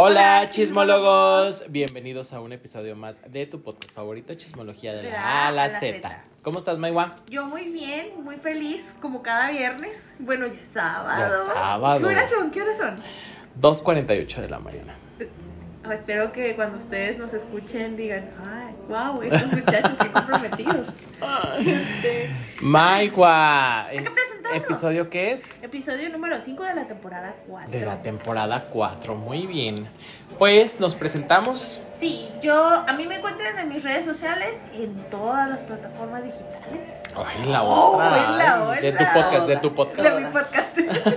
Hola chismólogos, bienvenidos a un episodio más de tu podcast favorito, Chismología de la A a la Z. ¿Cómo estás, Maywa? Yo muy bien, muy feliz, como cada viernes. Bueno, ya es sábado. Ya es sábado. ¿Qué horas son? 2:48 de la mañana. Espero que cuando ustedes nos escuchen digan, ay, wow, estos muchachos qué comprometidos. Maywa, Hay que presentarnos. ¿episodio qué es? Episodio número 5 de la temporada 4. De la temporada 4, muy bien. Pues nos presentamos. Sí, a mí me encuentran en mis redes sociales, en todas las plataformas digitales. Ay, la otra. Hola. De tu podcast. De mi podcast.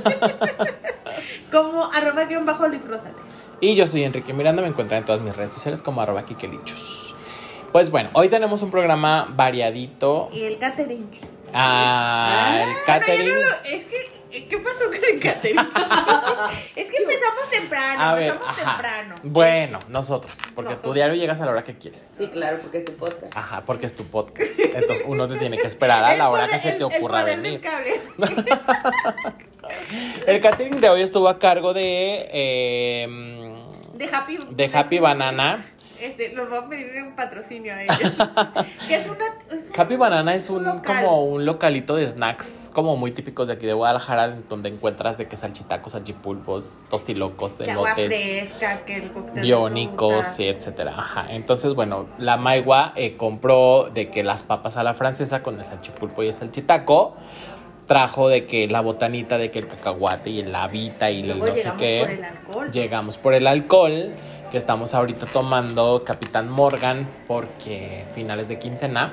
Como @_librosales. Y yo soy Enrique Miranda, me encuentran en todas mis redes sociales como @kikelichus. Pues bueno, hoy tenemos un programa variadito. Y el catering. El catering. Es que, ¿qué pasó con el catering? Es que empezamos temprano. Bueno, nosotros, porque tu diario llegas a la hora que quieres. Sí, claro, porque es tu podcast. Ajá, porque es tu podcast. Entonces uno te tiene que esperar a la hora que se te ocurra el poder venir. del cable. El catering de hoy estuvo a cargo de Happy Banana. Los voy a pedir un patrocinio a ellos. Que es Happy Banana es local. como un localito de snacks como muy típicos de aquí de Guadalajara, donde encuentras de que salchitacos, salchipulpos, tostilocos, que agua elotes, fresca, que el cóctel biónicos, etcétera. Ajá. Entonces, bueno, la Maywa compró de que las papas a la francesa con el salchipulpo y el salchitaco. Trajo de que la botanita, de que el cacahuate y el habita y el no sé qué. Llegamos por el alcohol, que estamos ahorita tomando Capitán Morgan porque finales de quincena.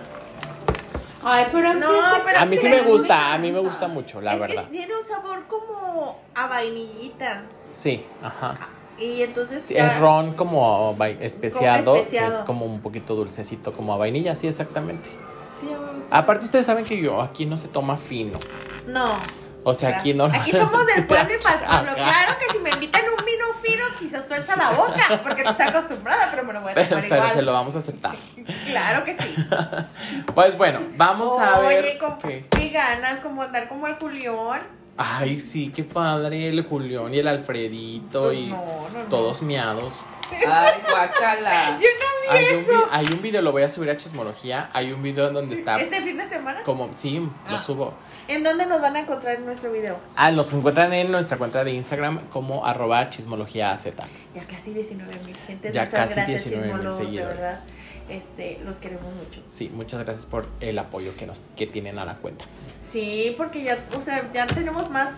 Ay, pero a mí sí me gusta, a mí me gusta mucho, la verdad. Que tiene un sabor como a vainillita. Sí, ajá. Y entonces sí, es ron como especiado, que es especiado. como un poquito dulcecito, como a vainilla, sí, exactamente. Sí, Aparte ustedes saben que aquí no se toma fino. No. O sea, aquí no. Aquí somos del pueblo y para el pueblo. Claro que si me invitan un vino fino, quizás tuerza la boca, porque no estoy acostumbrada, pero me lo voy a tomar pero igual. se lo vamos a aceptar. Claro que sí. Pues bueno, vamos a ver. Oye, qué ganas, como andar como el Julián. Ay, sí, qué padre el Julián y el Alfredito Pues y no. todos miados. Ay, guacala. Yo no vi eso. Hay un video, lo voy a subir a Chismología. Hay un video en donde está. ¿Este fin de semana? Sí, lo subo. ¿En dónde nos van a encontrar en nuestro video? Nos encuentran en nuestra cuenta de Instagram como @chismologiaaz. Ya casi 19,000 gente. Ya muchas casi gracias, 19,000 chismólogos, seguidores. de verdad. Los queremos mucho. Sí, muchas gracias por el apoyo que tienen a la cuenta. Sí, porque ya tenemos más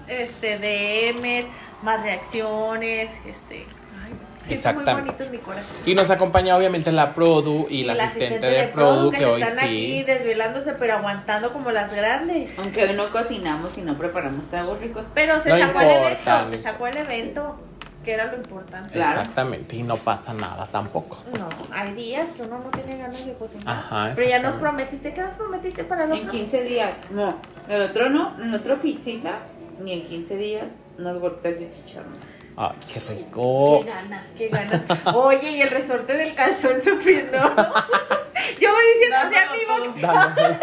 DMs, más reacciones, siento muy bonito en mi corazón. Y nos acompaña obviamente la Produ y la asistente de Produ que hoy están sí aquí desvelándose pero aguantando como las grandes. Aunque hoy no cocinamos y no preparamos tragos ricos. Pero se sacó el evento, que era lo importante. Claro. Exactamente, y no pasa nada tampoco. No, hay días que uno no tiene ganas de cocinar. Ajá, pero ya nos prometiste, ¿qué nos prometiste para el otro? En 15 días. No, el otro no, el otro pizzita. Y en 15 días unas gorditas de chicharrón. Ay, qué rico. Qué ganas. Oye, y el resorte del calzón sufriendo, ¿no? Yo voy diciendo hacia mi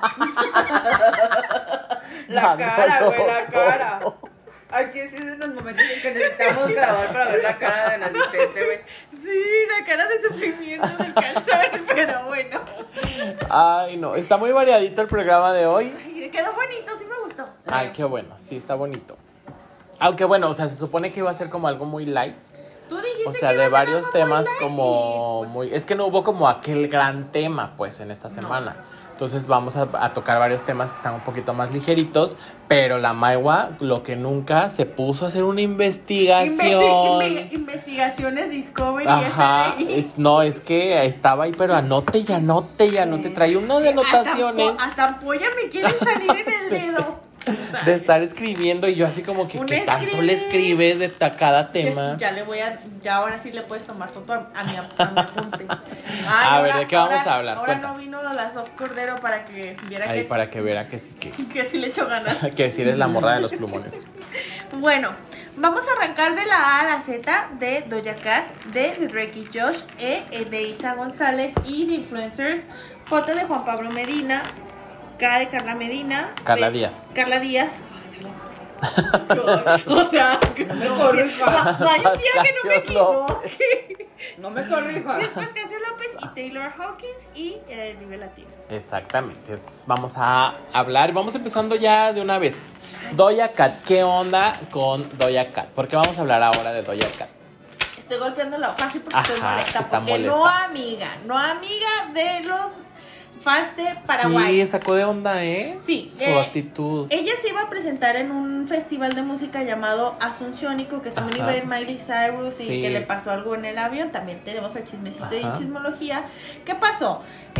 La cara. Aquí es unos momentos en que necesitamos grabar para ver la cara del asistente, güey. Sí, la cara de sufrimiento del calzón, pero bueno. Ay, no, está muy variadito el programa de hoy. Ay, quedó bonito, sí me gustó. Ay, qué bueno, sí, está bonito. Aunque bueno, o sea, se supone que iba a ser como algo muy light. Tú dijiste O sea, que iba de a ser varios algo temas muy light como y, muy... Es que no hubo como aquel gran tema, pues, en esta semana. Entonces vamos a tocar varios temas que están un poquito más ligeritos, pero la Maywa, lo que nunca, se puso a hacer una investigación. Investigaciones Discovery. Ajá, es que estaba ahí, pero anote. Traía una de anotaciones. Hasta ampolla me quiere salir en el dedo. De estar escribiendo y yo así como que ¿qué tanto le escribes de cada tema? Ya ahora sí le puedes tomar foto a mi apunte. A ver, ¿de qué vamos a hablar? Ahora Cuéntanos. no vino la Soft Cordero para que viera para que viera que sí que sí le echo ganas. que sí eres la morra de los plumones. Bueno, vamos a arrancar de la A a la Z de Doja Cat, de Drake y Josh, de Isa González y de influencers. Foto de Juan Pablo Medina, K de Carla Medina. Carla Díaz. Carla Díaz. O sea, No me corrijas. no hay un día que no me Pascal López. equivoque. No me corrijas. Después Casio López y Taylor Hawkins y Nivel Latino. Exactamente. Entonces, vamos a hablar. Vamos empezando ya de una vez. Doja Cat. ¿Qué onda con Doja Cat? Porque vamos a hablar ahora de Doja Cat. Estoy golpeando la hoja así porque Ajá, estoy molesta. está Porque molesta. no amiga de los fans de Paraguay. Sí, sacó de onda, ¿eh? Sí, Su actitud. Ella se iba a presentar en un festival de música llamado Asunciónico, que también Ajá. iba a ir Miley Cyrus y Sí. que le pasó algo en el avión. También tenemos el chismecito y Ajá. chismología. ¿Qué pasó?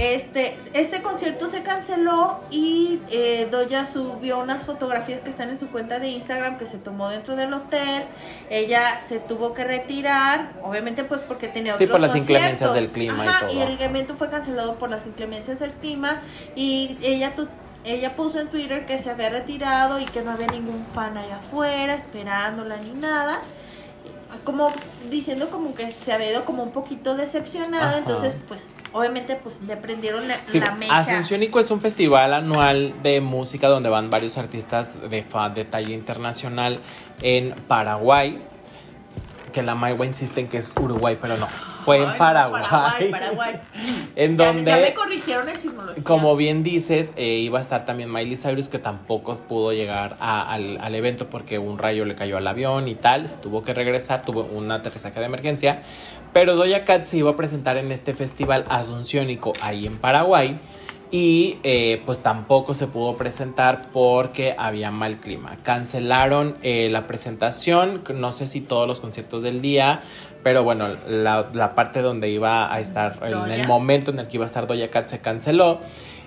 Este concierto se canceló y Doja subió unas fotografías que están en su cuenta de Instagram que se tomó dentro del hotel. Ella se tuvo que retirar, obviamente pues porque tenía otros Sí, por las conciertos. inclemencias del clima y Ajá, todo. y el evento fue cancelado por las inclemencias del clima y ella puso en Twitter que se había retirado y que no había ningún fan allá afuera esperándola ni nada, como diciendo como que se había ido como un poquito decepcionada. Ajá. Entonces pues obviamente pues le prendieron Sí, la mecha. Asunciónico es un festival anual de música donde van varios artistas de talla internacional en Paraguay. Que la Maigua insiste en que es Uruguay, pero no. Fue en Ay, Paraguay. Paraguay. En Ya donde, me corrigieron en chismología. como bien dices, iba a estar también Miley Cyrus, que tampoco pudo llegar al evento porque un rayo le cayó al avión y tal. Se tuvo que regresar, tuvo un aterrizaje de emergencia. Pero Doja Cat se iba a presentar en este festival asunciónico ahí en Paraguay. Y pues tampoco se pudo presentar porque había mal clima. Cancelaron la presentación, no sé si todos los conciertos del día, pero bueno, la parte donde iba a estar, en el momento en el que iba a estar Doja Cat se canceló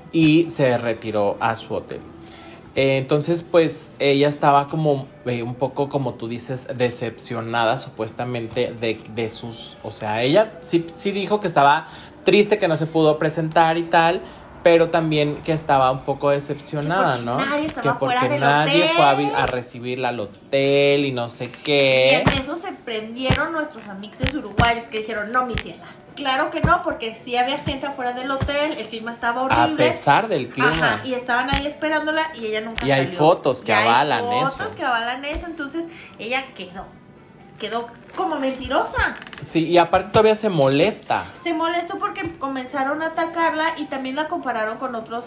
y se retiró a su hotel. Entonces pues ella estaba como un poco, como tú dices, decepcionada supuestamente de sus... O sea, ella sí dijo que estaba triste que no se pudo presentar y tal, pero también que estaba un poco decepcionada, Que porque ¿no? nadie estaba Que porque fuera del nadie hotel. fue a recibirla al hotel y no sé Y qué. en eso se prendieron nuestros amixes uruguayos que dijeron, no, mi ciela. Claro que no, porque sí había gente afuera del hotel, el clima estaba A horrible. pesar del clima. Ajá, y estaban ahí esperándola y ella nunca Y hay salió. fotos que Y hay avalan fotos eso. que avalan eso, entonces ella quedó como mentirosa. Sí, y aparte todavía se molesta. Se molestó porque comenzaron a atacarla y también la compararon con otros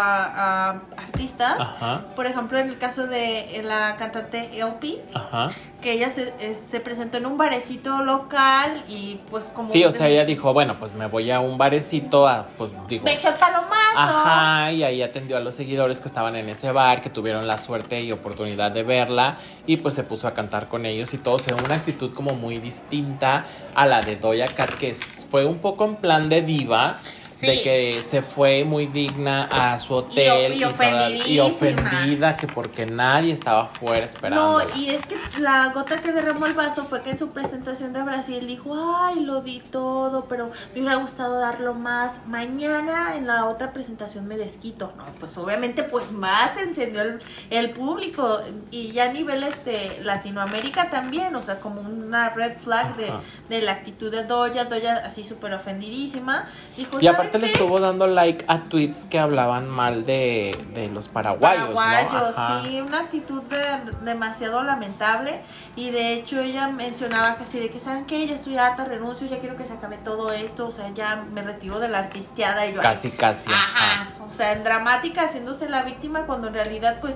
artistas. Ajá, Por ejemplo, en el caso de la cantante LP, ajá. que ella se presentó en un barecito local y pues como... Sí, o sea, ella dijo, bueno, pues me voy a un barecito pues digo... Me echó el palomazo. Ajá, y ahí atendió a los seguidores que estaban en ese bar, que tuvieron la suerte y oportunidad de verla, y pues se puso a cantar con ellos y todo, o sea, una actitud como muy distinta a la de Doja Cat, que fue un poco en plan de diva. Sí. De que se fue muy digna a su hotel Y y ofendidísima. ofendida, que porque nadie estaba afuera esperando. No, y es que la gota que derramó el vaso fue que en su presentación de Brasil dijo, ay, lo di todo, pero me hubiera gustado darlo más. Mañana en la otra presentación me desquito. No, pues obviamente pues más se encendió el público. Y ya a nivel Latinoamérica también, o sea, como una red flag de la actitud de Doja así súper ofendidísima. Dijo, Y aparte ¿saben le qué? estuvo dando like a tweets que hablaban mal de los paraguayos, ¿no? Ajá. Sí, una actitud demasiado lamentable. Y de hecho ella mencionaba que así de que, ¿saben qué? Ya estoy harta, renuncio, ya quiero que se acabe todo esto, o sea, ya me retiro de la artisteada. Y yo, Casi, ay, casi. ajá. O sea, en dramática, haciéndose la víctima cuando en realidad pues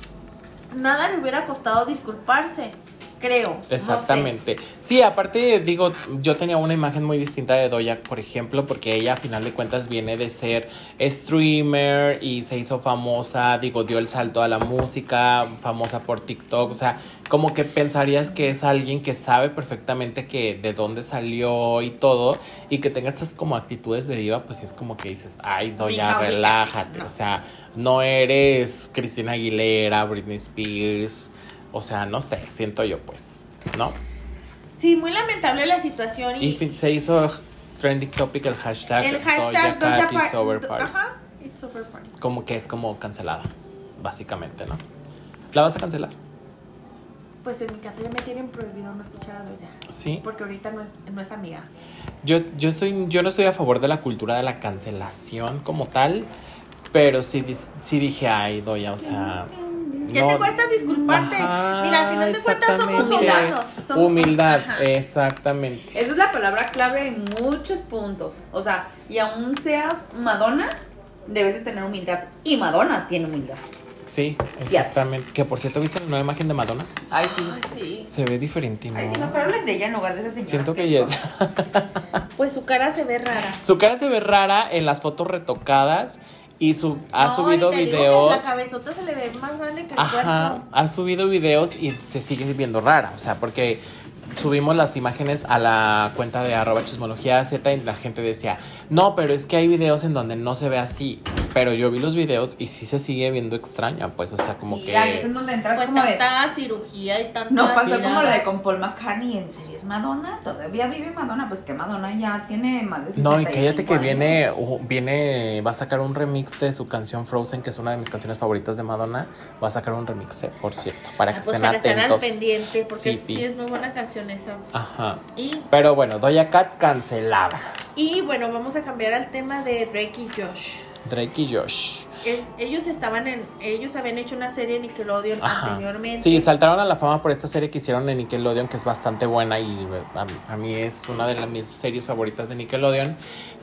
nada le hubiera costado disculparse. Creo. Exactamente. Sí, aparte, digo, yo tenía una imagen muy distinta de Doja, por ejemplo, porque ella a final de cuentas viene de ser streamer y se hizo famosa, digo, dio el salto a la música, famosa por TikTok, o sea, como que pensarías que es alguien que sabe perfectamente que de dónde salió y todo, y que tenga estas como actitudes de diva, pues es como que dices, ay, Doja, relájate, no. O sea, no eres Cristina Aguilera, Britney Spears. O sea, no sé, siento yo pues, ¿no? Sí, muy lamentable la situación. Y se hizo trending topic el hashtag Doja Cat is over party. Ajá, it's over party. Como que es como cancelada, básicamente, ¿no? ¿La vas a cancelar? Pues en mi casa ya me tienen prohibido no escuchar a Doja. Sí. Porque ahorita no es amiga. Yo no estoy a favor de la cultura de la cancelación como tal, pero sí dije, ay, Doja, o sea, ¿Qué te cuesta disculparte? Ajá, Mira, al final de cuentas somos exactamente. humanos. Somos Humildad, Ajá. exactamente. Esa es la palabra clave en muchos puntos. O sea, y aún seas Madonna, debes de tener humildad. Y Madonna tiene humildad. Sí, exactamente. Que por cierto, ¿viste la nueva imagen de Madonna? Ay, sí. Ay, sí. Se ve diferente, ¿no? Ay, sí, mejor hablen de ella en lugar de esa señora. Siento que ya es. Pues su cara se ve rara. Su cara se ve rara en las fotos retocadas y ha No, subido y te digo que videos. la cabezota se le ve más grande que el Ajá, cuerpo. ha subido videos y se sigue viendo rara, o sea, porque subimos las imágenes a la cuenta de @chismología_z y la gente decía, no, pero es que hay videos en donde no se ve así, pero yo vi los videos y sí se sigue viendo extraña, pues, o sea, como Sí, que... ahí es en donde entras Pues como de... tanta cirugía y tanta... No pasó cirugía. como lo de con Paul McCartney. ¿En serio es Madonna? ¿Todavía vive Madonna? Pues que Madonna ya tiene más de 65 No, y cállate que años. viene, va a sacar un remix de su canción Frozen, que es una de mis canciones favoritas de Madonna, va a sacar un remix, por cierto, para que Pues estén para estar al atentos. pendiente, porque Sí, sí es muy buena canción esa. Ajá. Y, Pero bueno, Doja Cat cancelada. y bueno, vamos a cambiar al tema de Drake y Josh. Drake y Josh. Ellos habían hecho una serie en Nickelodeon Ajá. anteriormente. Sí, saltaron a la fama por esta serie que hicieron en Nickelodeon, que es bastante buena y a mí es una de mis series favoritas de Nickelodeon.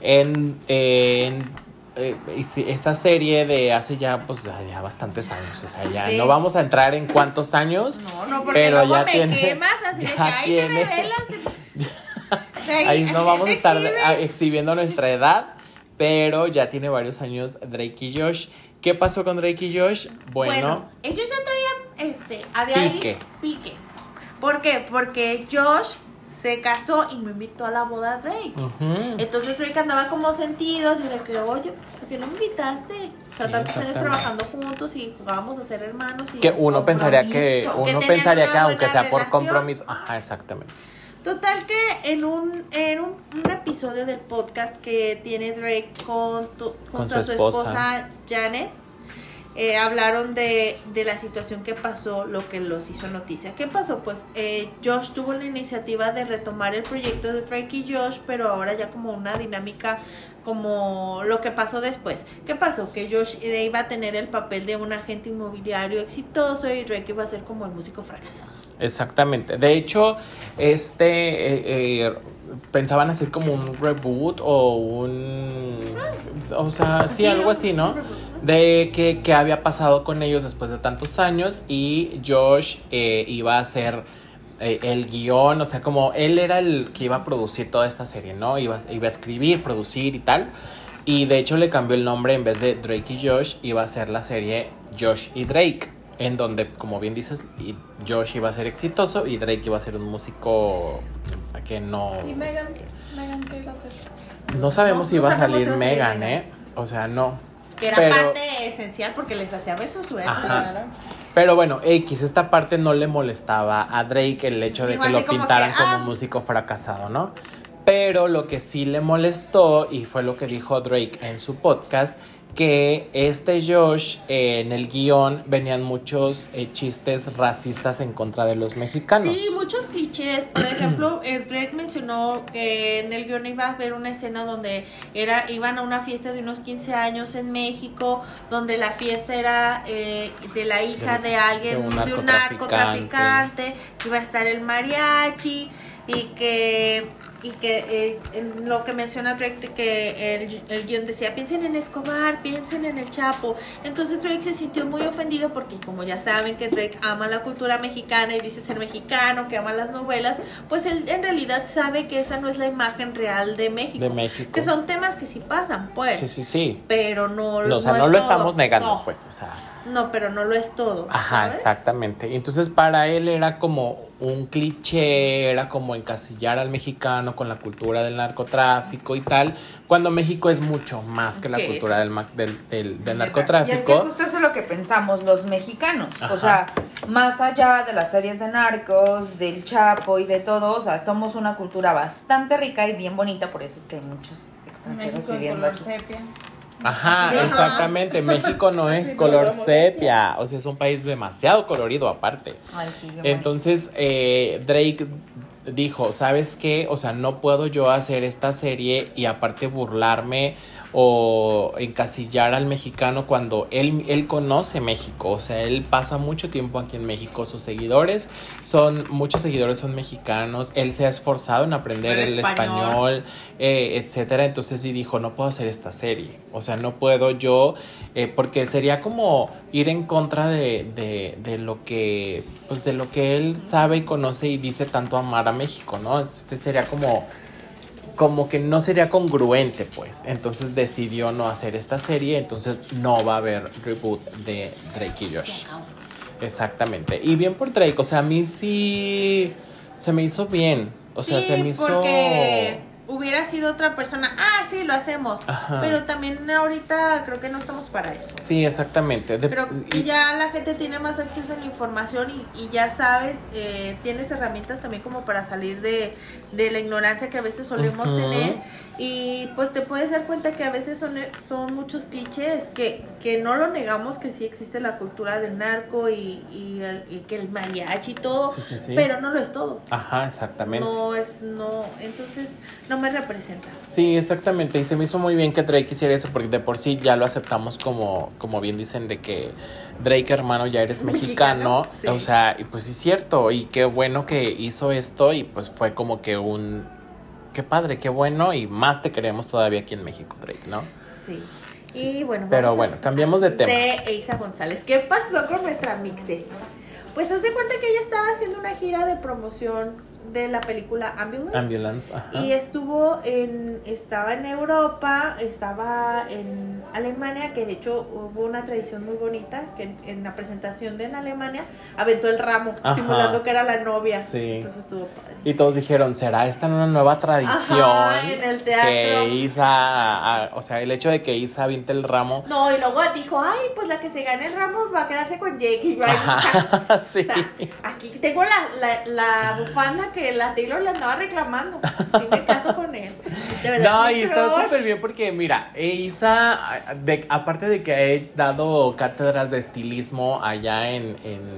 Esta serie de hace ya, pues, ya bastantes años, o sea, ya Sí. no vamos a entrar en cuántos años. No, porque pero luego ya me tiene, quemas así de que ya ahí te tiene. revelas. Ahí no vamos a estar exhibes. exhibiendo nuestra edad, pero ya tiene varios años Drake y Josh. ¿Qué pasó con Drake y Josh? Bueno, Ellos ya traían, había Pique. ahí pique. ¿Por qué? Porque Josh se casó y me invitó a la boda de Drake. ujú. Entonces Drake andaba como sentido, así de que, oye, pues, ¿por qué no me invitaste? O sea, Sí, tantos años exactamente. trabajando juntos y jugábamos a ser hermanos. Y Que uno pensaría que compromiso. Que tenían una aunque buena sea por relación. compromiso, ajá, exactamente. Total que en un episodio del podcast que tiene Drake junto Con a su su esposa. esposa Janet, hablaron de la situación que pasó, lo que los hizo noticia. ¿Qué pasó? Pues Josh tuvo la iniciativa de retomar el proyecto de Drake y Josh, pero ahora ya como una dinámica como lo que pasó después. ¿Qué pasó? Que Josh iba a tener el papel de un agente inmobiliario exitoso y Drake iba a ser como el músico fracasado. Exactamente. De hecho, pensaban hacer como un reboot o sea, sí, algo así, ¿no? De qué había pasado con ellos después de tantos años y Josh iba a hacer el guión, o sea, como él era el que iba a producir toda esta serie, ¿no? Iba a escribir, producir y tal. Y de hecho le cambió el nombre, en vez de Drake y Josh, iba a ser la serie Josh y Drake, en donde, como bien dices, Josh iba a ser exitoso y Drake iba a ser un músico que no... ¿Y Megan qué iba a hacer? No sabemos si iba a sabemos salir si va a salir Megan, Megan. O sea, no. Que era Pero- parte esencial porque les hacía ver su suerte. Ajá. Pero bueno, esta parte no le molestaba a Drake el hecho de Digo, que lo así como pintaran que, como músico fracasado, ¿no? Pero lo que sí le molestó, y fue lo que dijo Drake en su podcast, que Josh, en el guión venían muchos chistes racistas en contra de los mexicanos. Sí, muchos clichés. Por ejemplo, Drake mencionó que en el guión iba a haber una escena donde iban a una fiesta de unos 15 años en México, donde la fiesta era de la hija de alguien, de un de un narcotraficante, que iba a estar el mariachi y que en lo que menciona Drake, que el guión decía, piensen en Escobar, piensen en el Chapo. Entonces Drake se sintió muy ofendido porque, como ya saben que Drake ama la cultura mexicana y dice ser mexicano, que ama las novelas, pues él en realidad sabe que esa no es la imagen real de México. De México. Que son temas que sí pasan, pues. Sí. Pero no, No, o sea, no no es lo todo. estamos negando, No, pues, o sea. No, pero no lo es todo. Ajá, ¿sabes? exactamente. Entonces para él era como un cliché, era como encasillar al mexicano con la cultura del narcotráfico y tal, cuando México es mucho más que la ¿Qué cultura es? del Y es narcotráfico. que justo eso es lo que pensamos los mexicanos. Ajá. O sea, más allá de las series de narcos, del Chapo y de todo, o sea, somos una cultura bastante rica y bien bonita, por eso es que hay muchos extranjeros viviendo aquí. Ajá, Sí, exactamente. México no es Sí, color color sepia, o sea, es un país demasiado colorido aparte. Ay, sí, bien Entonces, Drake dijo, ¿sabes qué? O sea, no puedo yo hacer esta serie y aparte burlarme o encasillar al mexicano cuando él conoce México, o sea, él pasa mucho tiempo aquí en México, muchos seguidores son mexicanos, él se ha esforzado en aprender el español, etcétera, entonces sí dijo, no puedo hacer esta serie, o sea, no puedo yo, porque sería como ir en contra de lo que, pues de lo que él sabe y conoce y dice tanto amar a México, ¿no? Entonces sería como que no sería congruente, pues. Entonces decidió no hacer esta serie, entonces no va a haber reboot de Drake y Josh. Exactamente. Y bien por Drake, o sea, a mí sí se me hizo bien. O sea, se me hizo... porque hubiera sido otra persona, sí, lo hacemos. Ajá. Pero también ahorita creo que no estamos para eso. Sí, exactamente. Creo que ya la gente tiene más acceso a la información y ya sabes, tienes herramientas también como para salir de la ignorancia que a veces solemos tener. Y pues te puedes dar cuenta que a veces son muchos clichés, que no lo negamos, que sí existe la cultura del narco y que el mariachi y todo, sí. Pero no lo es todo. Ajá, exactamente. Entonces no me representa. Sí, exactamente, y se me hizo muy bien que Drake hiciera eso, porque de por sí ya lo aceptamos como bien dicen, de que Drake, hermano, ya eres mexicano. Sí. O sea, y pues sí es cierto, y qué bueno que hizo esto, y pues fue como que qué padre, qué bueno, y más te queremos todavía aquí en México, Drake, ¿no? Sí. Y bueno, pero bueno, cambiamos de tema. De Eiza González, ¿qué pasó con nuestra Mixe? Pues haz de cuenta que ella estaba haciendo una gira de promoción de la película Ambulance, ajá. Y estaba en Europa, estaba en Alemania, que de hecho hubo una tradición muy bonita, que en la presentación en Alemania aventó el ramo, ajá, simulando que era la novia. Sí. Entonces estuvo padre. Y todos dijeron, ¿será esta una nueva tradición? Ajá, en el teatro. Que Isa, o sea, el hecho de que Isa aviente el ramo. No, y luego dijo, pues la que se gane el ramo va a quedarse con Jake. Y sí. O sea, aquí tengo la bufanda que la Taylor le andaba reclamando. Sí me caso con él. De verdad, no, y está súper bien porque, mira, Isa, aparte de que ha dado cátedras de estilismo allá en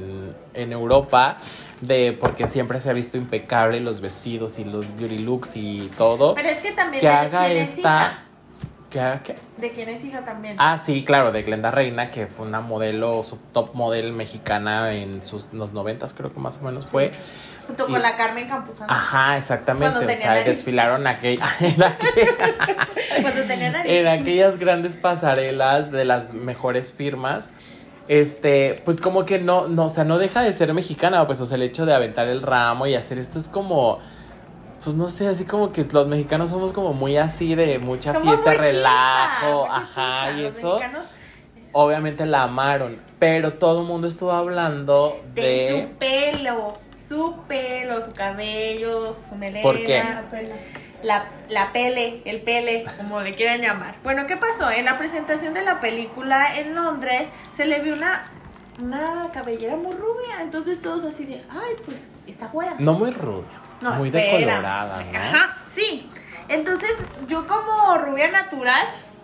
Europa, porque siempre se ha visto impecable los vestidos y los beauty looks y todo. Pero es que también que haga esta... ¿Que haga qué? ¿De quién es hija también? Sí, claro, de Glenda Reina, que fue una modelo, su top model mexicana en los 90s, creo que más o menos fue. Junto con la Carmen Campuzano. Ajá, exactamente. O sea, nariz. Desfilaron en aquellas grandes pasarelas de las mejores firmas. Pues como que no, o sea, no deja de ser mexicana, pues, o sea, el hecho de aventar el ramo y hacer esto es como, pues no sé, así como que los mexicanos somos como muy así de mucha fiesta, relajo, ajá, y eso. Obviamente la amaron, pero todo el mundo estuvo hablando de su pelo, su cabello, su melena. ¿Por qué? El pele, como le quieran llamar. Bueno, ¿qué pasó? En la presentación de la película en Londres se le vio una cabellera muy rubia. Entonces todos así de, pues está güera. No muy rubia, no, muy decolorada, ¿no? Ajá, sí. Entonces yo como rubia natural,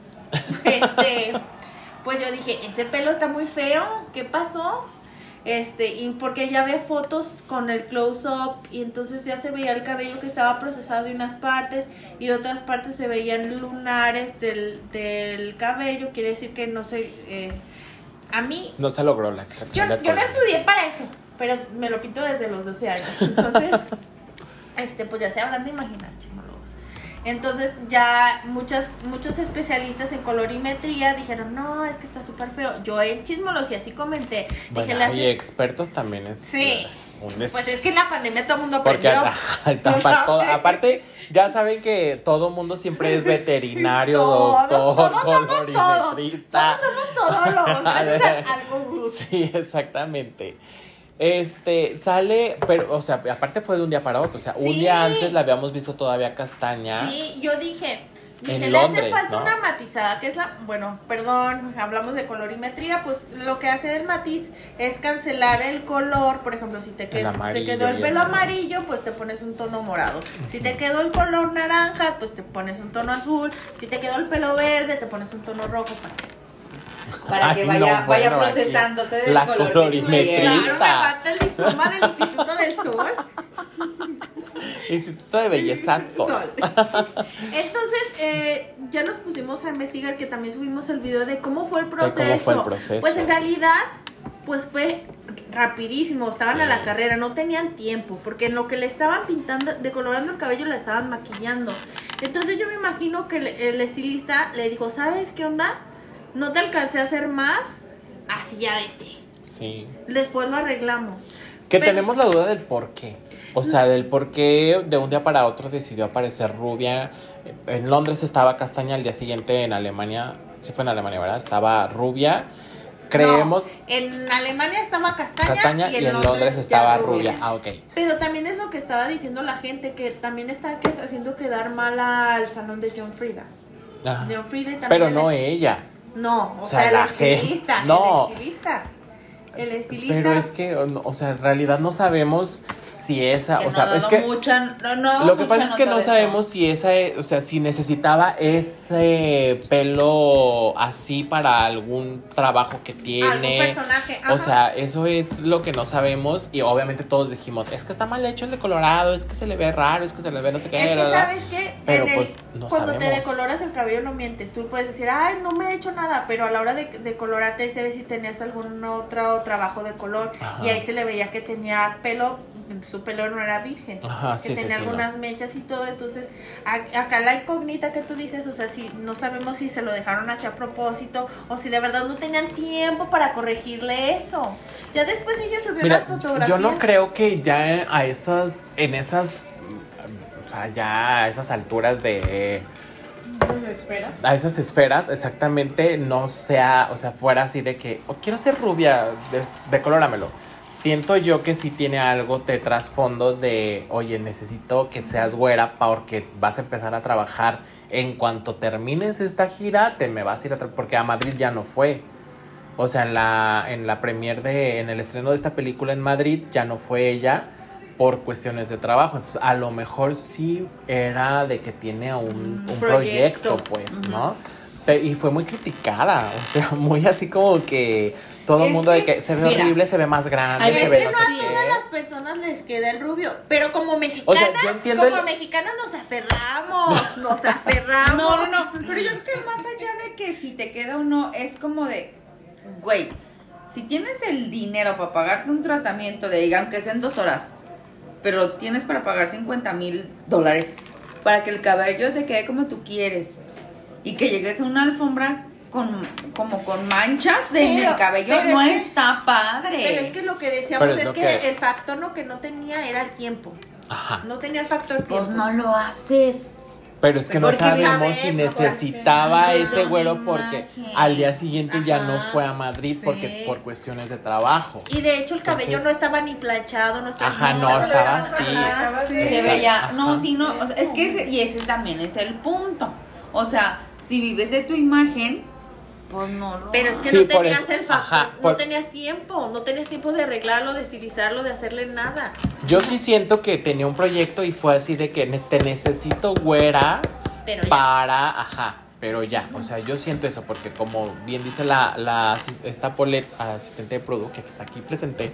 pues yo dije, ese pelo está muy feo, ¿qué pasó? Y porque ya ve fotos con el close-up y entonces ya se veía el cabello que estaba procesado de unas partes y de otras partes se veían lunares del cabello. Quiere decir que no sé, a mí... No se logró la extracción. Yo no estudié para eso, pero me lo pinto desde los 12 años. Entonces, pues ya se habrán de imaginar, chismólogos. Entonces ya muchos especialistas en colorimetría dijeron, no, es que está súper feo. Yo en chismología sí comenté. Bueno, y expertos también es... Sí, pues es que en la pandemia todo el mundo aprendió. Porque aparte, ya saben que todo el mundo siempre es veterinario, doctor, colorimetrista. Todos somos todólogos, gracias al Google. Sí, exactamente. Sale, pero, o sea, aparte fue de un día para otro, o sea, un día antes la habíamos visto todavía castaña. Sí, yo dije, en Londres, le hace falta, ¿no? Una matizada, que es hablamos de colorimetría, pues lo que hace el matiz es cancelar el color. Por ejemplo, si te quedó el pelo amarillo, pues te pones un tono morado. Si te quedó el color naranja, pues te pones un tono azul. Si te quedó el pelo verde, te pones un tono rojo para que vaya procesándose del la color colorimetrista. Claro, me falta el diploma del Instituto del Sol. Instituto de Belleza Sol. Entonces, ya nos pusimos a investigar, que también subimos el video de cómo fue el proceso. ¿Cómo fue el proceso? Pues en realidad, pues fue rapidísimo, estaban Sí. a la carrera, no tenían tiempo, porque en lo que le estaban pintando, decolorando el cabello, le estaban maquillando. Entonces yo me imagino que el estilista le dijo, ¿sabes qué onda? No te alcancé a hacer más, así ya vete. Sí. Después lo arreglamos. Que Pero- tenemos la duda del por qué. O sea, del por qué de un día para otro decidió aparecer rubia. En Londres estaba castaña, al día siguiente en Alemania, sí fue en Alemania, ¿verdad? Estaba rubia. Creemos No, en Alemania estaba castaña y en Londres estaba ya rubia. Ah, ok. Pero también es lo que estaba diciendo la gente, que también está haciendo quedar mal al salón de John Frieda. Ajá. John Frieda también Pero el no est- ella. No, O sea, el la gente- estilista. no. El estilista. Pero es que, o sea, en realidad no sabemos si esa, Que o sea, no ha es dado que lo que mucha pasa es que nota no de eso. sabemos si esa, o sea, si necesitaba ese pelo así para algún trabajo que tiene. Algún personaje. O ajá. sea, eso es lo que no sabemos y obviamente todos dijimos, es que está mal hecho el decolorado, es que se le ve raro, es que se le ve no sé qué. Es que ¿verdad? sabes que Pero, pues, no cuando te sabemos. decoloras el cabello no mientes. Tú puedes decir, ay, no me he hecho nada, pero a la hora de decolorarte ahí se ve si tenías algún otro trabajo de color. Ajá. Y ahí se le veía que tenía pelo, su pelo no era virgen. Ajá, que sí, sí, tenía sí, algunas mechas y todo. Entonces, acá la incógnita que tú dices, o sea, si no sabemos si se lo dejaron así a propósito o si de verdad no tenían tiempo para corregirle eso. Ya después ella subió Mira, las fotografías. yo no creo que ya en esas, o sea, ya a esas alturas de... A esas esferas, exactamente, no sea, o sea, fuera así de que, quiero ser rubia, decolóramelo. Siento yo que sí tiene algo de trasfondo de, oye, necesito que seas güera porque vas a empezar a trabajar. En cuanto termines esta gira, te me vas a ir porque a Madrid ya no fue. O sea, en la premier en el estreno de esta película en Madrid ya no fue ella por cuestiones de trabajo. Entonces, a lo mejor sí era de que tiene un proyecto, pues, ¿no? Y fue muy criticada, o sea, muy así como que todo el mundo de que se ve mira, horrible, se ve más grande, Ay, se es ve que no no sé a todas qué. las personas les queda el rubio, pero como mexicanas, yo entiendo nos aferramos, No. Pero yo creo que más allá de que si te queda o no, es como de, güey, si tienes el dinero para pagarte un tratamiento de, aunque sean 2 horas, pero tienes para pagar $50,000 para que el cabello te quede como tú quieres y que llegues a una alfombra como con manchas en el cabello, pero no es que- está padre. Pero es que lo que decíamos Pero es es lo que que- el factor lo que no tenía era el tiempo. Ajá. No tenía el factor tiempo. Pues no lo haces. Pero es que no Porque, a sabemos ver, si o sea, necesitaba no, ese no, güero no, porque imagen. al día siguiente ya no Ajá. fue a Madrid porque Sí. por cuestiones de trabajo. Y de hecho el cabello Entonces- no estaba ni planchado, no estaba Ajá, no, estaba así. Ajá, sí. Se veía, Ajá. no, sí, no, o sea, es que ese también es el punto. O sea, si vives de tu imagen, pues no lo Pero es que Sí, no por tenías eso, el factor, ajá, no por- tenías tiempo de arreglarlo, de estilizarlo, de hacerle nada. Yo sí siento que tenía un proyecto y fue así de que te necesito güera Pero ya. para, ajá, pero ya, o sea, yo siento eso porque como bien dice esta Paulette, asistente de producto que está aquí presente,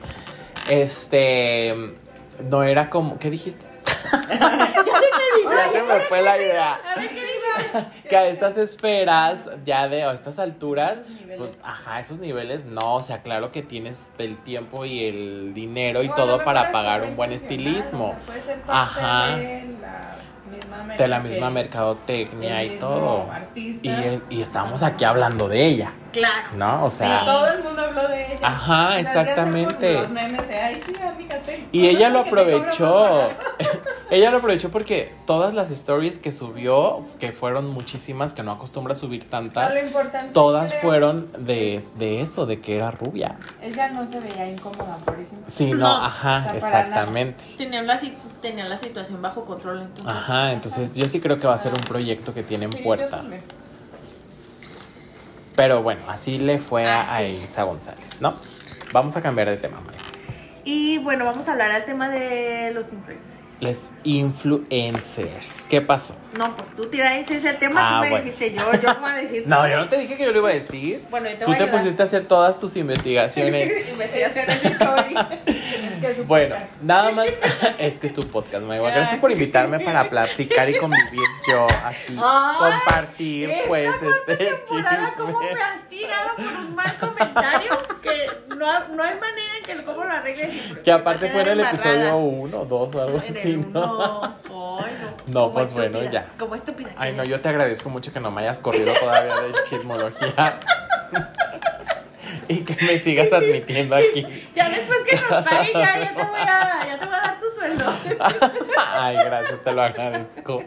no era como, ¿qué dijiste? Ya se me fue la idea. Que a estas esferas, ya a estas alturas, pues, ajá, esos niveles, no, o sea, claro que tienes el tiempo y el dinero y todo para pagar un buen estilismo. Puede ser parte Ajá. de De la la misma misma mercadotecnia el y mismo todo. artista. Y estamos aquí hablando de ella, Claro. ¿no? O sea, Sí. Todo el mundo habló de ella. Ajá, Y las de hace exactamente. Los memes de, ay, sí, fíjate. y ella lo Cómprame que te cobran aprovechó. más barato. Ella lo aprovechó porque todas las stories que subió, que fueron muchísimas, que no acostumbra a subir tantas, Lo importante, todas creo, fueron de eso, de que era rubia. Ella no se veía incómoda, por ejemplo. Sí, no, No, ajá, o sea, para exactamente. Tenían la situación bajo control, entonces. Ajá, entonces yo sí creo que va a ser un proyecto que tiene en Sí, yo puerta. también. Pero bueno, así le fue a sí. Elisa González, ¿no? Vamos a cambiar de tema, María. Y bueno, vamos a hablar al tema de los influencers. Les influencers. ¿Qué pasó? No, pues tú tiraste ese tema, tú me bueno. dijiste yo no voy a decir. No, yo no te dije que yo lo iba a decir. Bueno, yo te Tú voy a te ayudar. pusiste a hacer todas tus investigaciones. Investigaciones de Discovery. Es que es un Bueno, podcast. nada más. Es que es tu podcast, Maigua. Gracias por invitarme para platicar y convivir yo aquí. Ay, Compartir, pues, este temporada como me chisme. has tirado por un mal comentario que no hay manera en que cómo lo arregles. Que aparte Va a fue en el quedar episodio embarrada. 1, 2 o algo En así, el ¿no? uno. Ay, no. No, Como pues bueno, estúpida, ya. Como estúpida. Ay, no, yo te agradezco mucho que no me hayas corrido todavía de chismología. Y que me sigas admitiendo aquí. Ya después que nos pague, ya te voy a dar tu sueldo. Ay, gracias, te lo agradezco.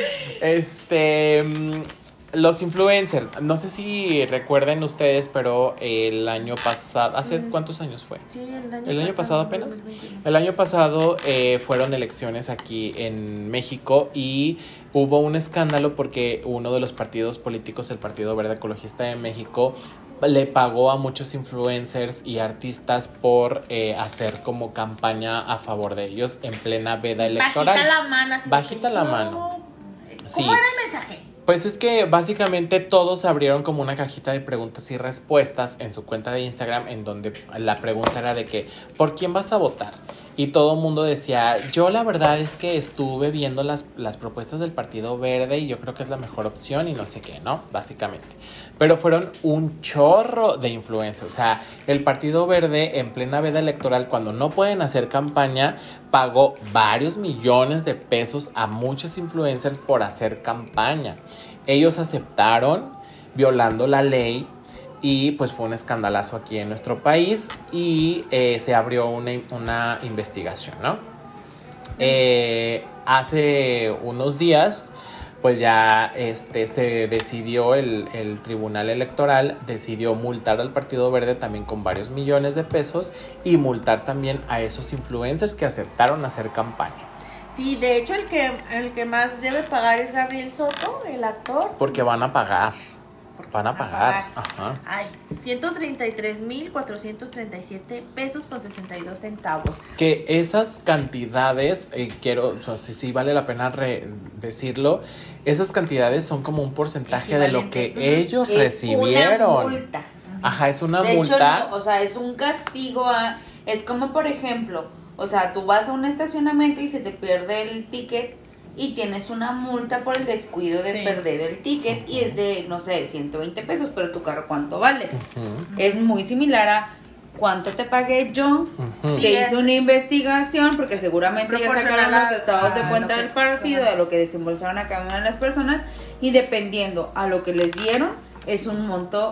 Los influencers, no sé si recuerden ustedes, pero el año pasado, ¿hace cuántos años fue? Sí, ¿El año pasado apenas? 2021. El año pasado fueron elecciones aquí en México y hubo un escándalo porque uno de los partidos políticos, el Partido Verde Ecologista de México, le pagó a muchos influencers y artistas por hacer como campaña a favor de ellos en plena veda electoral. Bajita la mano. así Bajita de, la no. mano. Sí. ¿Cómo era el mensaje? Pues es que básicamente todos abrieron como una cajita de preguntas y respuestas en su cuenta de Instagram en donde la pregunta era de que ¿por quién vas a votar? Y todo el mundo decía, yo la verdad es que estuve viendo las propuestas del Partido Verde y yo creo que es la mejor opción y no sé qué, ¿no? Básicamente. Pero fueron un chorro de influencers. O sea, el Partido Verde en plena veda electoral, cuando no pueden hacer campaña, pagó varios millones de pesos a muchos influencers por hacer campaña. Ellos aceptaron, violando la ley, y pues fue un escandalazo aquí en nuestro país y se abrió una investigación, ¿no? Hace unos días pues ya se decidió, el Tribunal Electoral decidió multar al Partido Verde también con varios millones de pesos y multar también a esos influencers que aceptaron hacer campaña. Sí, de hecho el que más debe pagar es Gabriel Soto, el actor. Porque van a pagar. Porque Van a pagar. Ajá. Ay, 133,437 pesos con 62 centavos. Que esas cantidades, no sé si vale la pena decirlo, esas cantidades son como un porcentaje de lo que Equivalente. ellos Es recibieron. una multa. Ajá, es una De multa. hecho, no, o sea, es un castigo es como, por ejemplo, o sea, tú vas a un estacionamiento y se te pierde el ticket y tienes una multa por el descuido de Sí. perder el ticket y es de, no sé, 120 pesos, pero tu carro, ¿cuánto vale? Ujú. Es muy similar a cuánto te pagué yo. Ujú. Te Sí, hice es una investigación porque seguramente ya proporcional sacaron los a- estados de a cuenta lo que- del partido, ajá. de lo que desembolsaron a cada una de las personas y dependiendo a lo que les dieron es un monto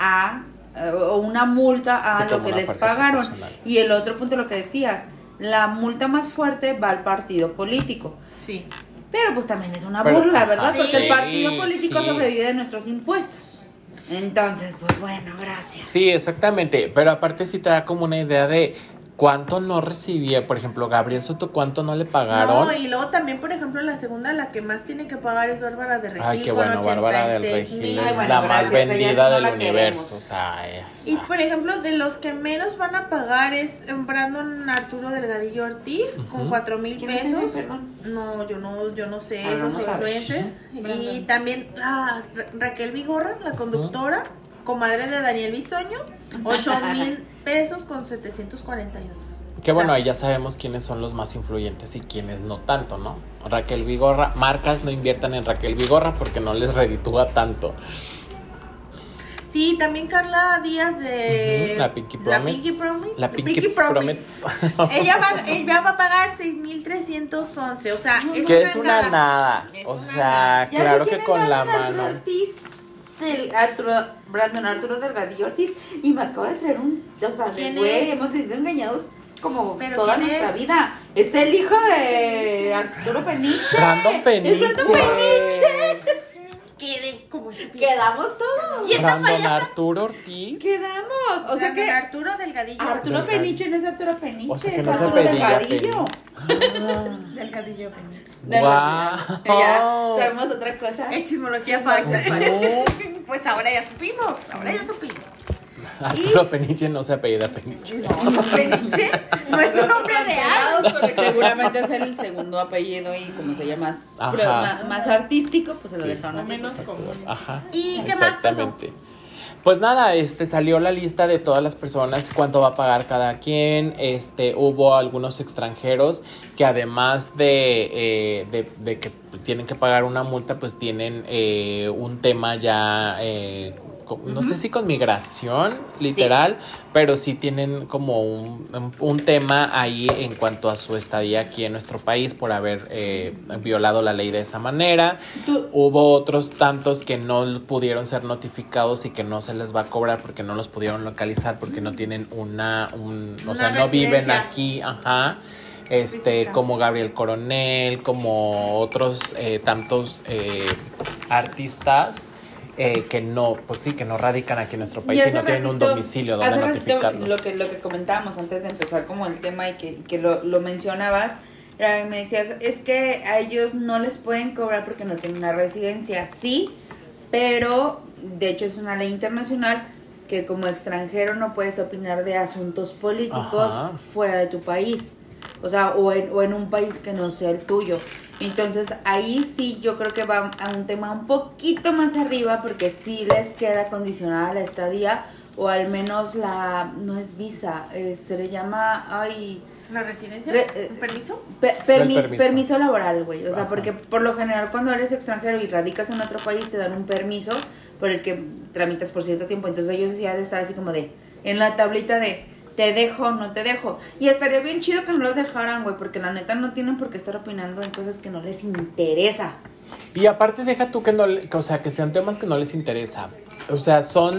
o una multa a Sí, lo como que una les parte pagaron. proporcional. Y el otro punto, lo que decías, la multa más fuerte va al partido político. Sí. Pero pues también es una Pero, burla, ajá, ¿verdad? Porque el sí, partido político sí. sobrevive de nuestros impuestos. Entonces, pues bueno, gracias. Sí, exactamente. Pero aparte sí te da como una idea de cuánto no recibía. Por ejemplo, Gabriel Soto, cuánto no le pagaron. No, y luego también, por ejemplo, la segunda, la que más tiene que pagar es Bárbara de Regil. Ay, qué con bueno, Bárbara del 86,000. Regil Ay, es bueno, la más gracias, ella sí vendida no del la universo. queremos. O sea, es... Y por ejemplo, de los que menos van a pagar es Brandon Arturo Delgadillo Ortiz con 4,000 ¿Quién es pesos. ese, perdón? No, yo no sé Ah, no, esos no sabes. influencers. Y Brandon. también Raquel Vigorra, la conductora, comadre de Daniel Bisoño, 8,000 pesos con 742. Que O sea, bueno, ahí ya sabemos quiénes son los más influyentes y quiénes no tanto, ¿no? Raquel Vigorra, marcas no inviertan en Raquel Vigorra porque no les reditúa tanto. Sí, también Carla Díaz de Ujú, la Pinky Promise. La Pinky Promise. Ella va a pagar 6,311, o sea, eso Que no es una nada. Es O una sea, nada. Ya claro sé que quién con es la Brandon Arturo mano. Ortiz, Brandon Arturo Delgadillo Ortiz, y me acaba de traer o sea, ¿Quién güey, es? hemos vivido engañados como ¿Pero toda quién nuestra es? vida. Es el hijo de Arturo Peniche. Brandon Peniche. Es Brandon Peniche. Quede como estúpido. Quedamos todos. ¿Y esa Brandon payasa? Arturo Ortiz. Quedamos. O sea que Arturo Delgadillo. Arturo Delgadillo. Peniche no es Arturo Peniche, O sea que es no se Arturo pedía Delgadillo. Delgadillo Peniche. Guau. Ya, sabemos otra cosa. Es chismología falsa. Pues ahora ya supimos. Arturo Peniche no se apellida Peniche. No, Peniche no es un nombre real. Porque seguramente es el segundo apellido y como se llama más, Ajá. más artístico, pues se lo Sí. dejaron O así. menos común. Ajá. ¿Y qué más pasó? Exactamente. Pues nada, salió la lista de todas las personas, cuánto va a pagar cada quien. Hubo algunos extranjeros que además de que tienen que pagar una multa, pues tienen un tema ya, no sé si con migración, literal, pero sí tienen como un tema ahí en cuanto a su estadía aquí en nuestro país por haber violado la ley de esa manera. Hubo otros tantos que no pudieron ser notificados y que no se les va a cobrar porque no los pudieron localizar, porque no tienen o sea, no viven aquí, ajá. Como Gabriel Coronel, como otros tantos artistas que no, pues sí, que no radican aquí en nuestro país y no tienen un domicilio donde notificarlos. Lo que comentábamos antes de empezar como el tema y que lo mencionabas, me decías, es que a ellos no les pueden cobrar porque no tienen una residencia. Sí, pero de hecho es una ley internacional que como extranjero no puedes opinar de asuntos políticos fuera de tu país. O sea, o en un país que no sea el tuyo. Entonces, ahí sí yo creo que va a un tema un poquito más arriba, porque sí les queda condicionada la estadía, o al menos no es visa, se le llama, ¿la residencia? ¿Permiso? Permiso laboral, güey. O sea, porque por lo general cuando eres extranjero y radicas en otro país te dan un permiso por el que tramitas por cierto tiempo. Entonces ellos ya de estar así como de, en la tablita de, te dejo, no te dejo. Y estaría bien chido que no los dejaran, güey, porque la neta no tienen por qué estar opinando en cosas que no les interesa. Y aparte deja tú que que sean temas que no les interesa. O sea,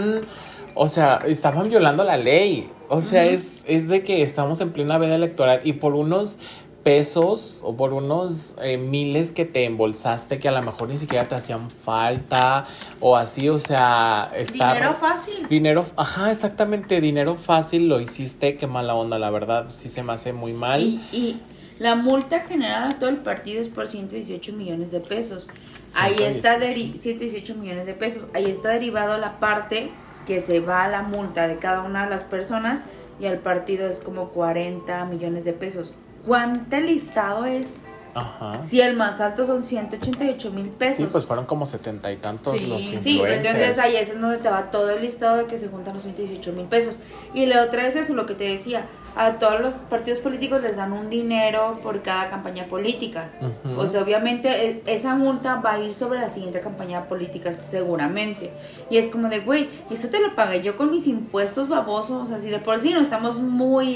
estaban violando la ley. O sea, es de que estamos en plena veda electoral y por unos pesos o por unos miles que te embolsaste que a lo mejor ni siquiera te hacían falta o así, o sea, dinero fácil. Exactamente, dinero fácil lo hiciste, qué mala onda, la verdad, sí se me hace muy mal. Y la multa general a todo el partido es por 118 millones de pesos. Ahí está 118 millones de pesos. Ahí está derivado la parte que se va a la multa de cada una de las personas y al partido es como 40 millones de pesos. ¿Cuánto listado es? Ajá. Si el más alto son 188,000 pesos. Sí, pues fueron como 70 y tantos los influencers. Sí, entonces ahí es donde te va todo el listado de que se juntan los 118,000 pesos. Y la otra es eso, lo que te decía, a todos los partidos políticos les dan un dinero por cada campaña política. Uh-huh. O sea, obviamente esa multa va a ir sobre la siguiente campaña política seguramente. Y es como de, güey, eso te lo pagué yo con mis impuestos babosos. Así de por sí no estamos muy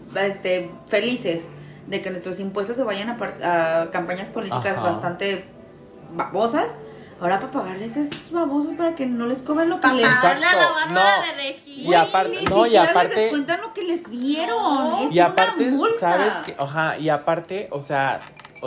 felices de que nuestros impuestos se vayan a campañas políticas bastante babosas. Ahora para pagarles a esos babosos para que no les cobren lo que les... Pagarle a la barra de registro. Y aparte... les descuentan lo que les dieron. No, es y aparte, una multa. ¿sabes qué? Y aparte, o sea,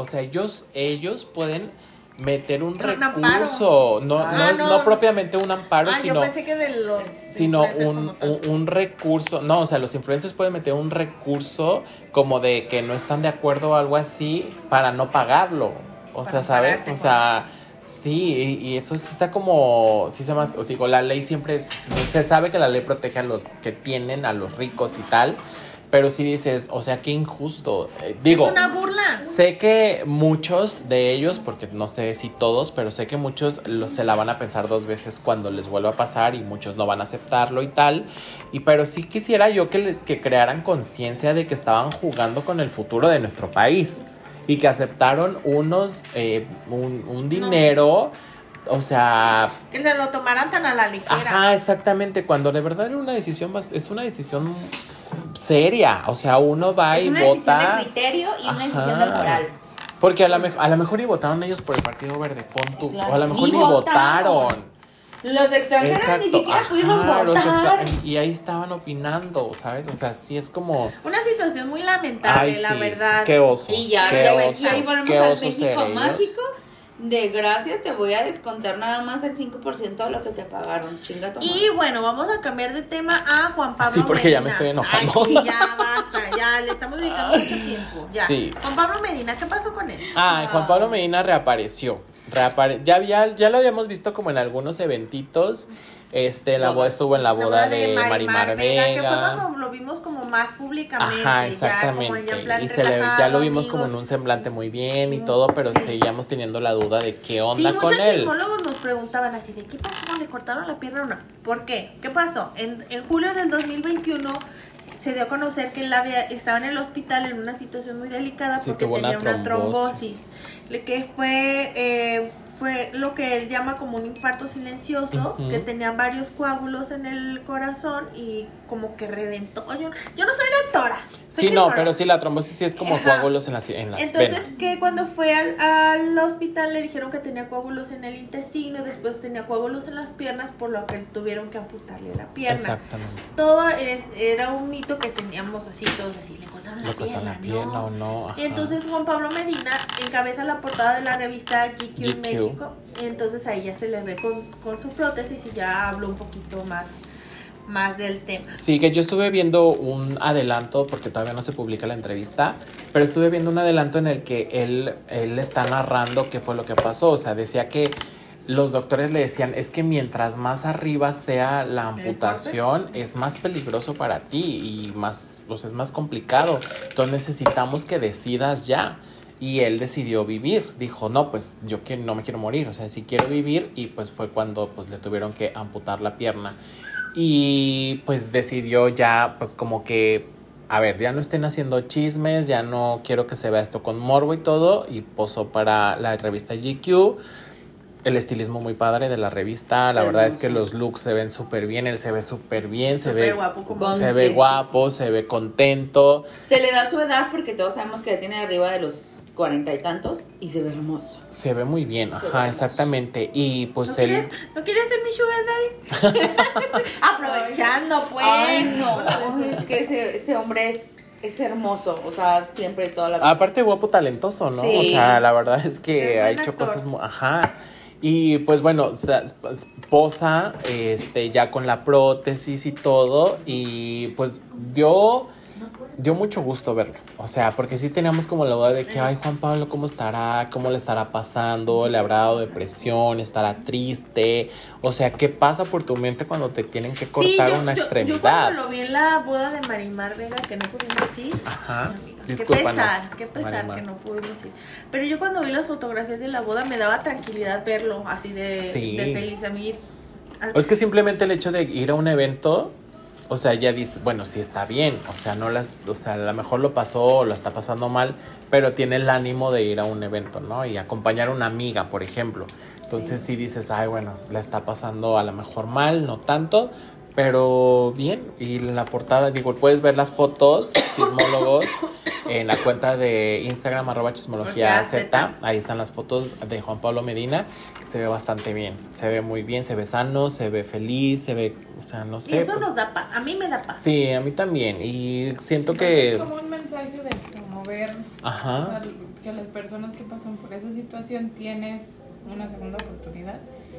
ellos pueden meter un recurso, no propiamente un amparo, sino, yo pensé que de los sino un recurso, no, o sea, los influencers pueden meter un recurso como de que no están de acuerdo o algo así para no pagarlo, o sea, ¿sabes? O sea, sí, y eso sí está como, sí se llama, digo, la ley siempre, se sabe que la ley protege a los que tienen, a los ricos y tal. Pero sí dices, o sea, qué injusto. Digo, es una burla. Sé que muchos de ellos, porque no sé si todos, pero sé que muchos se la van a pensar 2 veces cuando les vuelva a pasar y muchos no van a aceptarlo y tal. Pero sí quisiera yo que crearan conciencia de que estaban jugando con el futuro de nuestro país y que aceptaron un dinero... O sea... Que se lo tomaran tan a la ligera. Ajá, exactamente. Cuando de verdad era una decisión... Es una decisión seria. O sea, uno va y vota... Es una decisión de criterio y una decisión de moral. Porque a lo mejor ni votaron ellos por el Partido Verde. Pon tú. Sí, claro. O a lo mejor ni votaron. Los extranjeros ni siquiera pudieron votar. Y ahí estaban opinando, ¿sabes? O sea, sí es como... Una situación muy lamentable, la verdad. Qué oso. Y ya, ahí volvemos al México mágico. De gracias, te voy a descontar nada más el 5% de lo que te pagaron. Chinga tu madre. Y bueno, vamos a cambiar de tema a Juan Pablo Medina. Sí, porque ya me estoy enojando. Ay, sí, ya basta, ya le estamos dedicando mucho tiempo. Ya. Sí. Juan Pablo Medina, ¿qué pasó con él? Juan Pablo Medina reapareció. Ya lo habíamos visto como en algunos eventitos. Estuvo en la boda de Marimar Vega. Que fue cuando lo vimos como más públicamente. Ajá, exactamente. Ya, como en plan y relajado, ya lo vimos amigos. como en un semblante muy bien y todo, pero seguíamos teniendo la duda de qué onda con muchos él. chismólogos nos preguntaban así de qué pasó, le cortaron la pierna o no. ¿Por qué? ¿Qué pasó? En julio del 2021 se dio a conocer que él estaba en el hospital en una situación muy delicada porque tenía una trombosis. Que fue lo que él llama como un infarto silencioso, que tenía varios coágulos en el corazón y como que reventó. Yo no soy doctora. Sí, no, pero sí, la trombosis sí es como coágulos en las Entonces, venas. que cuando fue al hospital le dijeron que tenía coágulos en el intestino, después tenía coágulos en las piernas, por lo que tuvieron que amputarle la pierna. Exactamente. Todo era un mito que teníamos así, todos así, le cortaron la pierna, o no. Y entonces Juan Pablo Medina encabeza la portada de la revista GQ México, y entonces ahí ya se le ve con su prótesis y ya habló un poquito más del tema. Sí, que yo estuve viendo un adelanto, porque todavía no se publica la entrevista, pero estuve viendo un adelanto en el que él está narrando qué fue lo que pasó. O sea, decía que los doctores le decían, es que mientras más arriba sea la amputación, es más peligroso para ti y más, o sea, es más complicado. Entonces necesitamos que decidas ya. Y él decidió vivir. Dijo, no, pues yo no me quiero morir. O sea, sí quiero vivir. Y pues fue cuando pues le tuvieron que amputar la pierna. Y pues decidió ya, pues como que, a ver, ya no estén haciendo chismes, ya no quiero que se vea esto con morbo y todo. Y posó para la revista GQ. El estilismo muy padre de la revista. La verdad es que los looks se ven súper bien. Él se ve súper bien. Se ve guapo, se ve contento. Se le da su edad porque todos sabemos que tiene arriba de los 40 y tantos y se ve hermoso. Se ve muy bien, ajá, exactamente. Y pues ¿No quieres ser mi sugar daddy? Aprovechando, pues. Ay, no, es que ese hombre es hermoso, o sea, siempre toda la vida. Aparte guapo, talentoso, ¿no? Sí. O sea, la verdad es que ha hecho cosas muy... Ajá. Y pues bueno, posa ya con la prótesis y todo. Y pues dio mucho gusto verlo. O sea, porque sí teníamos como la duda de que, ay, Juan Pablo, ¿cómo estará? ¿Cómo le estará pasando? ¿Le habrá dado depresión? ¿Estará triste? O sea, ¿qué pasa por tu mente cuando te tienen que cortar una extremidad? Yo cuando lo vi en la boda de Marimar Vega, que no pudimos ir. Ajá. Qué pesar Marimar, que no pudimos ir. Pero yo cuando vi las fotografías de la boda me daba tranquilidad verlo así de feliz. A mí. Es que simplemente el hecho de ir a un evento, o sea, ya dices, bueno, sí está bien, o sea, a lo mejor lo pasó o lo está pasando mal, pero tiene el ánimo de ir a un evento, ¿no? Y acompañar a una amiga, por ejemplo. Entonces sí dices, ay, bueno, la está pasando a lo mejor mal, no tanto, pero bien. Y en la portada, puedes ver las fotos, chismólogos, en la cuenta de Instagram, @chismologiaz. Ahí están las fotos de Juan Pablo Medina, que se ve bastante bien. Se ve muy bien, se ve sano, se ve feliz, se ve, o sea, no sé. Y eso nos da paz, a mí me da paz. Sí, a mí también. Y siento que... Es como un mensaje de promover, ajá, o sea, que las personas que pasan por esa situación tienes una segunda oportunidad.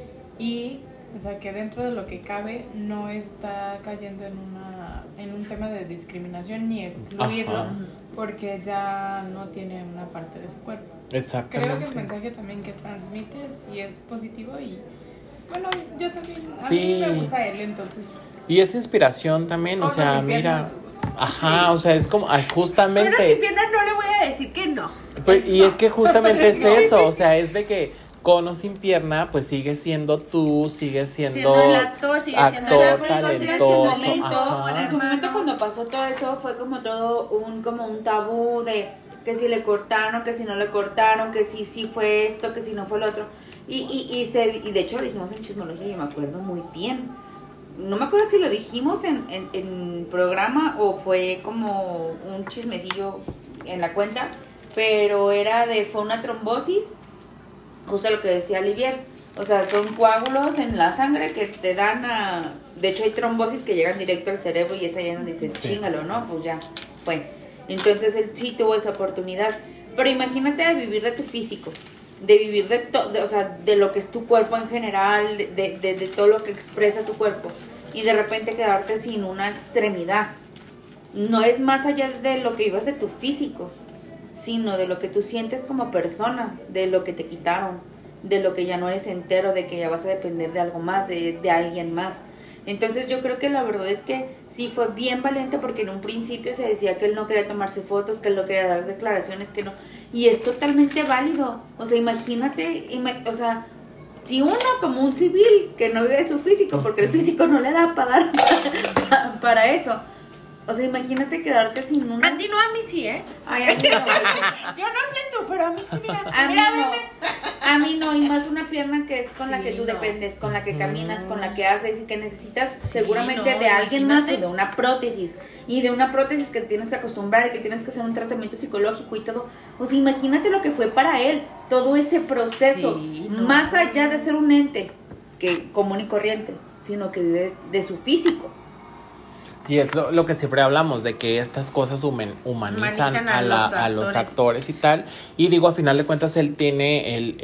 Y, o sea, que dentro de lo que cabe no está cayendo en un tema de discriminación ni excluirlo. Ajá. Porque ya no tiene una parte de su cuerpo. Exactamente. Creo que el mensaje también que transmites y es positivo y bueno, yo también, a sí, mí me gusta él, entonces. Y es inspiración también, o sea, mira, ajá, o sea, es como, ay, justamente. Pero sin piernas no le voy a decir que no. Pues, y es que justamente es eso, o sea, es de que con o sin pierna, pues sigue siendo tú, sigue siendo el actor, sigue siendo el talentoso. En su momento cuando pasó todo eso fue como todo un tabú de que si le cortaron, que si no le cortaron, que si sí fue esto, que si no fue lo otro. Y de hecho lo dijimos en Chismología, yo me acuerdo muy bien. No me acuerdo si lo dijimos en programa o fue como un chismecillo en la cuenta, pero fue una trombosis. Justo lo que decía Olivier, o sea, son coágulos en la sangre que te dan de hecho hay trombosis que llegan directo al cerebro y es ahí donde dices, chíngalo, ¿no? Pues ya, fue. Entonces él sí tuvo esa oportunidad. Pero imagínate de vivir de tu físico, de vivir o sea, de lo que es tu cuerpo en general, de todo lo que expresa tu cuerpo, y de repente quedarte sin una extremidad. No es más allá de lo que vivas de tu físico, sino de lo que tú sientes como persona, de lo que te quitaron. de lo que ya no eres entero, de que ya vas a depender de algo más, de alguien más. Entonces yo creo que la verdad es que sí fue bien valiente, porque en un principio se decía que él no quería tomarse fotos, que él no quería dar declaraciones, que no, y es totalmente válido. O sea, imagínate, o sea, si uno como un civil que no vive de su físico, porque el físico no le da para dar para eso. O sea, imagínate quedarte sin una... A ti no, a mí sí, ¿eh? Ay, a mí no. Yo no sé tú, pero a mí sí, mira. A mí Mira, no. veme. A mí no, y más una pierna que es con la Sí, que tú no. dependes, con la que caminas, con la que haces, y que necesitas seguramente no, de alguien más, imagínate. o de una prótesis. Y de una prótesis que tienes que acostumbrar, y que tienes que hacer un tratamiento psicológico y todo. O sea, imagínate lo que fue para él, todo ese proceso, Sí, no. más allá de ser un ente que común y corriente, sino que vive de su físico. Y es lo que siempre hablamos, de que estas cosas humanizan a los actores y tal. Y digo, a final de cuentas, él tiene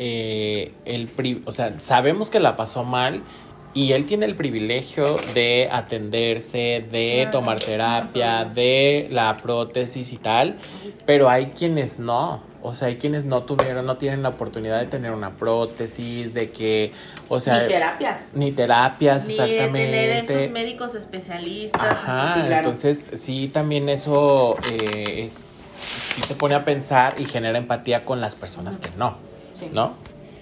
o sea, sabemos que la pasó mal, y él tiene el privilegio de atenderse, de tomar terapia, de la prótesis y tal, pero hay quienes no. O sea, hay quienes no tienen la oportunidad de tener una prótesis, de que, o sea... Ni terapias. Ni exactamente. tener esos médicos especialistas. Ajá, Sí, claro. entonces sí, también eso sí te pone a pensar y genera empatía con las personas que no, Sí. ¿no?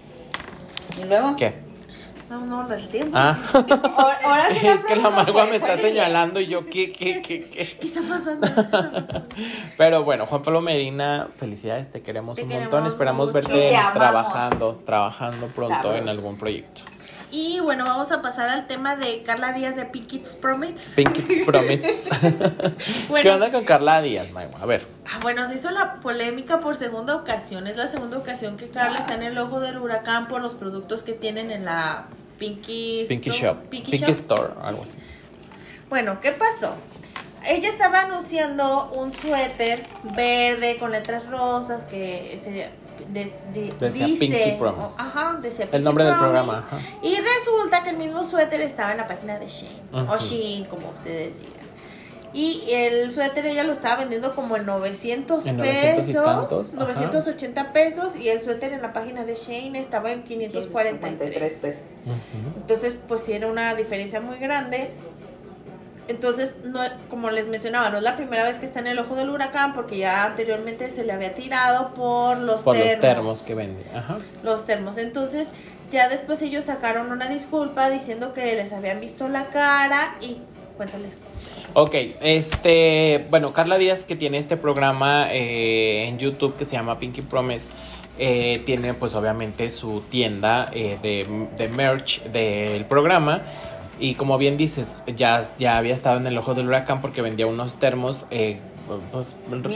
Y luego... ¿Qué? No, del tiempo. Ah, Ahora sí es que la pregunta magua fue- me fue está de- señalando y yo, ¿qué? ¿Qué está pasando? Pero bueno, Juan Pablo Medina, felicidades, te queremos Te un queremos montón, esperamos mucho. verte Te amamos. trabajando pronto Sabroso. en algún proyecto. Y bueno, vamos a pasar al tema de Carla Díaz de Pinky's Promise. Pinky's Promise. Bueno. ¿Qué onda con Carla Díaz, Magua? A ver. Bueno, se hizo la polémica por segunda ocasión. Es la segunda ocasión que Carla está en el ojo del huracán por los productos que tienen en la Pinky Shop. Pinky Shop. Store, algo así. Bueno, ¿qué pasó? Ella estaba anunciando un suéter verde con letras rosas que Decía dice, Pinky Promise. Ajá, decía El Pinky nombre del Promise. programa. Ajá. Y resulta que el mismo suéter estaba en la página de Shein, o Ujú. Shein, como ustedes digan. Y el suéter ella lo estaba vendiendo como en 900 En 900 y pesos, tantos, ajá. 980 pesos, y el suéter en la página de Shein estaba en 543 pesos. Ujú. Entonces, pues sí era una diferencia muy grande. Entonces, no, como les mencionaba, no es la primera vez que está en el ojo del huracán, porque ya anteriormente se le había tirado por los termos que vende. Ajá. Los termos. Entonces, ya después ellos sacaron una disculpa diciendo que les habían visto la cara y cuéntales. Ok, bueno, Carla Díaz, que tiene este programa en YouTube que se llama Pinky Promise, tiene pues obviamente su tienda de merch del programa. Y como bien dices, ya había estado en el ojo del huracán porque vendía unos termos pues,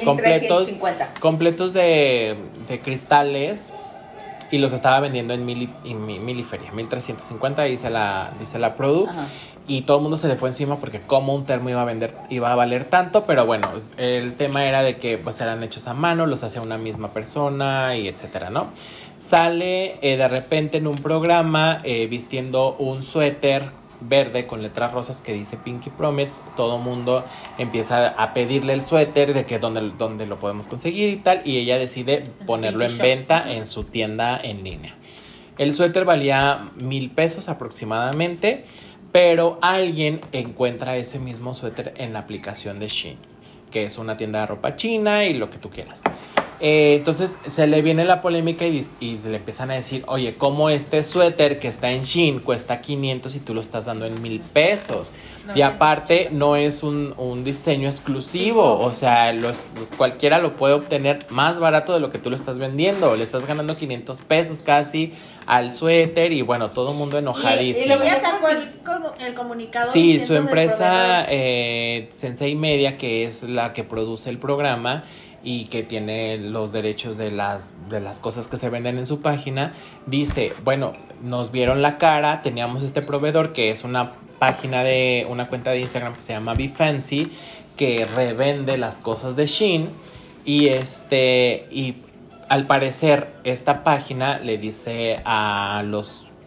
completos de cristales, y los estaba vendiendo en Miliferia, 1350, dice la produ. Ajá. Y todo el mundo se le fue encima porque como un termo iba a valer tanto, pero bueno, el tema era de que pues eran hechos a mano, los hacía una misma persona y etcétera, ¿no? Sale de repente en un programa vistiendo un suéter verde con letras rosas que dice Pinky Promise. Todo el mundo empieza a pedirle el suéter, de que dónde lo podemos conseguir y tal, y ella decide ponerlo en venta en su tienda en línea. El suéter valía 1,000 pesos aproximadamente, pero alguien encuentra ese mismo suéter en la aplicación de Shein, que es una tienda de ropa china y lo que tú quieras. Entonces se le viene la polémica y se le empiezan a decir, oye, ¿cómo este suéter que está en Shein cuesta 500 y tú lo estás dando en 1,000 pesos? No, Y aparte no es un diseño exclusivo, o sea, cualquiera lo puede obtener más barato de lo que tú lo estás vendiendo. Le estás ganando 500 pesos casi al suéter, y bueno, todo el mundo enojadísimo. Y ella sacó el comunicado. Sí, diciendo su del empresa proveedor. Sensei Media, que es la que produce el programa y que tiene los derechos de las cosas que se venden en su página, dice, bueno, nos vieron la cara, teníamos este proveedor que es una cuenta de Instagram que se llama Be Fancy, que revende las cosas de Shein, y al parecer esta página le dice a los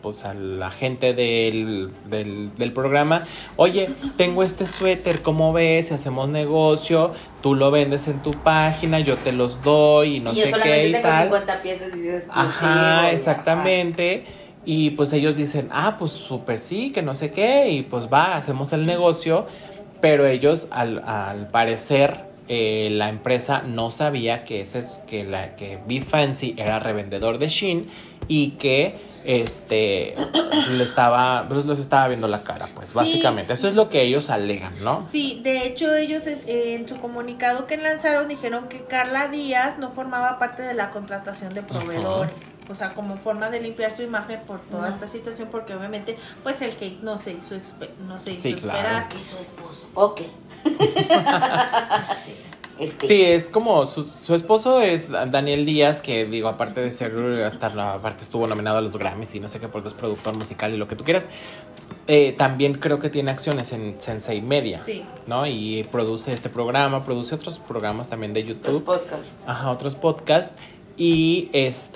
pues a la gente del programa, oye, tengo este suéter, ¿cómo ves? Si hacemos negocio, tú lo vendes en tu página, yo te los doy y no y sé yo qué solamente y tengo tal. 50 piezas y es exclusivo. Ajá, y exactamente. Y pues ellos dicen, pues súper sí, que no sé qué, y pues va, hacemos el negocio. Pero ellos, al parecer, la empresa no sabía que que Be Fancy era revendedor de Shein y que les estaba viendo la cara, pues Sí. básicamente. Eso es lo que ellos alegan, ¿no? Sí, de hecho ellos en su comunicado que lanzaron dijeron que Carla Díaz no formaba parte de la contratación de proveedores. O sea, como forma de limpiar su imagen por toda esta situación, porque obviamente pues el hate no se hizo, Sí, esperar. claro. Y su esposo. Ok. Sí, es como su esposo es Daniel Díaz, que digo, aparte de ser, aparte estuvo nominado a los Grammys y no sé qué, porque es productor musical y lo que tú quieras. También creo que tiene acciones en Sensei Media, Sí. ¿no? Y produce este programa, produce otros programas también de Los YouTube. podcasts. Ajá, otros podcasts. Y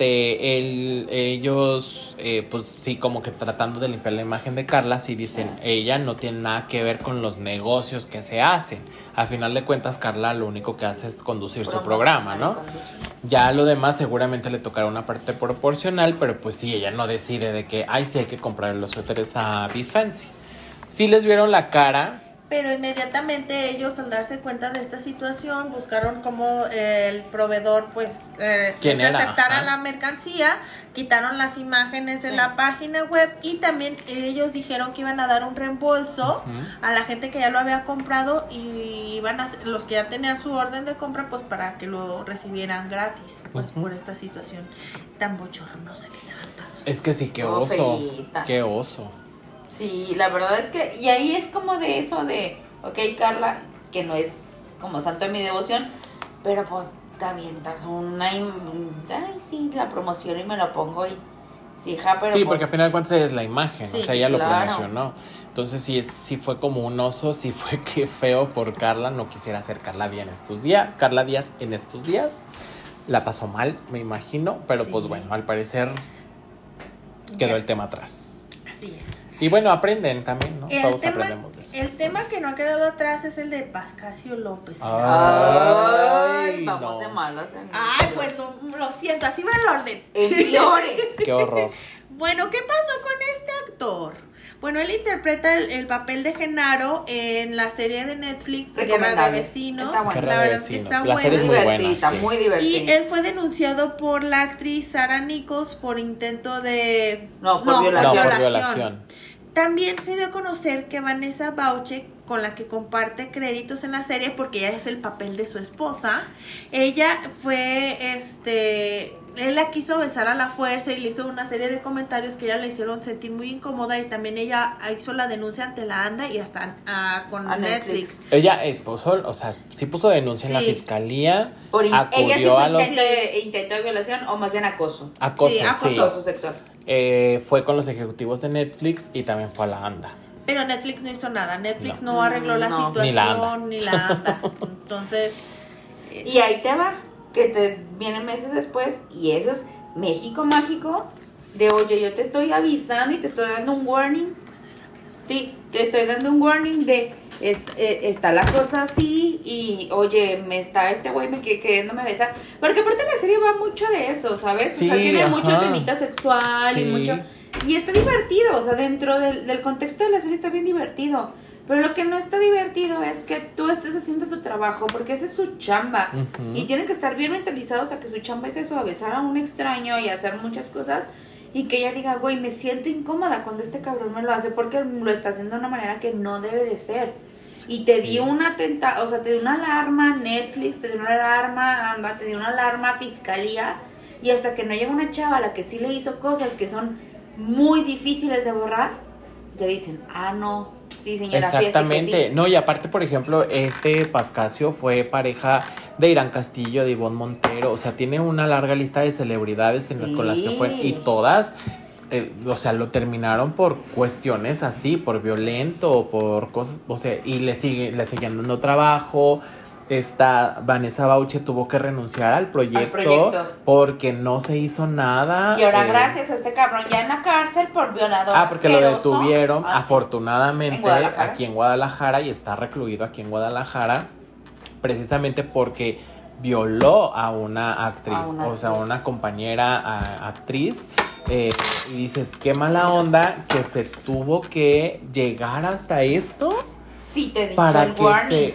ellos, pues sí, como que tratando de limpiar la imagen de Carla, sí dicen, ella no tiene nada que ver con los negocios que se hacen. A final de cuentas, Carla lo único que hace es conducir su programa, ¿no? Ya lo demás seguramente le tocará una parte proporcional, pero pues sí, ella no decide de que, sí hay que comprar los suéteres a Be Fancy. Sí les vieron la cara. Pero inmediatamente ellos, al darse cuenta de esta situación, buscaron cómo el proveedor pues ¿Quién les era? aceptara Ajá. la mercancía, quitaron las imágenes de Sí. la página web y también ellos dijeron que iban a dar un reembolso a la gente que ya lo había comprado y iban a los que ya tenían su orden de compra pues para que lo recibieran gratis pues por esta situación tan bochornosa que estaban pasando. Es que sí, qué Estuvo oso. feíta. Qué oso. Sí, la verdad es que, y ahí es como de eso de, ok, Carla, que no es como santo de mi devoción, pero pues te avientas sí, la promoción y me la pongo y, sí, hija, pero Sí, pues, porque al final de cuentas es la imagen, Sí, o sea, sí, ella claro. lo promocionó. Entonces sí fue como un oso, sí fue que feo por Carla, no quisiera ser Carla Díaz en estos días. La pasó mal, me imagino, pero Sí. pues bueno, al parecer quedó el tema atrás. Así es. Y bueno, aprenden también, ¿no? El Todos tema, aprendemos de eso. el tema que no ha quedado atrás es el de Pascasio López. Ay, no. vamos de malas. Ay, pues lo siento, así va el orden. En peores. Qué horror. Bueno, ¿qué pasó con este actor? Bueno, él interpreta el papel de Genaro en la serie de Netflix Guerra de Recomendable. Vecinos. Está bueno. Guerra La de verdad es que Vecinos. está La serie es muy buena, divertida, sí. muy Y divertida. él fue denunciado por la actriz Sara Nichols por intento de... No, por violación. No, por violación. También se dio a conocer que Vanessa Bauche, con la que comparte créditos en la serie, porque ella es el papel de su esposa, ella fue, él la quiso besar a la fuerza y le hizo una serie de comentarios que ella le hicieron sentir muy incómoda y también ella hizo la denuncia ante la ANDA y hasta con A Netflix. Ella sí puso denuncia en la Sí. fiscalía, Ella sí acudió fue a los intento de violación o más bien acoso. acosos, Sí, acoso. Acoso sexual. Fue con los ejecutivos de Netflix y también fue a la ANDA. Pero Netflix no hizo nada, Netflix No. no arregló la No. situación Ni la ANDA. ni la ANDA. Entonces... Y ahí te va, que te vienen meses después y eso es México mágico de, oye, yo te estoy avisando y te estoy dando un warning. Sí, te estoy dando un warning de, está la cosa así y, oye, este güey me quiere queriéndome besar. Porque aparte la serie va mucho de eso, ¿sabes? Sí, o sea, tiene ajá. mucho temita sexual y Sí. mucho... Y está divertido, o sea, dentro del contexto de la serie está bien divertido. Pero lo que no está divertido es que tú estés haciendo tu trabajo, porque esa es su chamba. Ujú. Y tienen que estar bien mentalizados a que su chamba es eso, a besar a un extraño y hacer muchas cosas. Y que ella diga, güey, me siento incómoda cuando este cabrón me lo hace porque lo está haciendo de una manera que no debe de ser. Y te Sí. dio te dio una alarma Netflix, te dio una alarma AMBA, te dio una alarma Fiscalía. Y hasta que no llega una chava a la que sí le hizo cosas que son muy difíciles de borrar, ya dicen, no, sí señora, fíjese que Exactamente. sí. No, y aparte, por ejemplo, Pascasio fue pareja de Irán Castillo, de Ivonne Montero. O sea, tiene una larga lista de celebridades con las que fue. Y todas, lo terminaron por cuestiones así, por violento, por cosas. O sea, y le seguían dando trabajo. esta Vanessa Bauche tuvo que renunciar al proyecto porque no se hizo nada. Y ahora gracias a este cabrón ya en la cárcel por violador. Porque lo detuvieron sí, afortunadamente aquí en Guadalajara y está recluido aquí en Guadalajara precisamente porque violó a una actriz, una compañera actriz. Y dices, qué mala onda que se tuvo que llegar hasta esto. Sí, te digo, para que warning,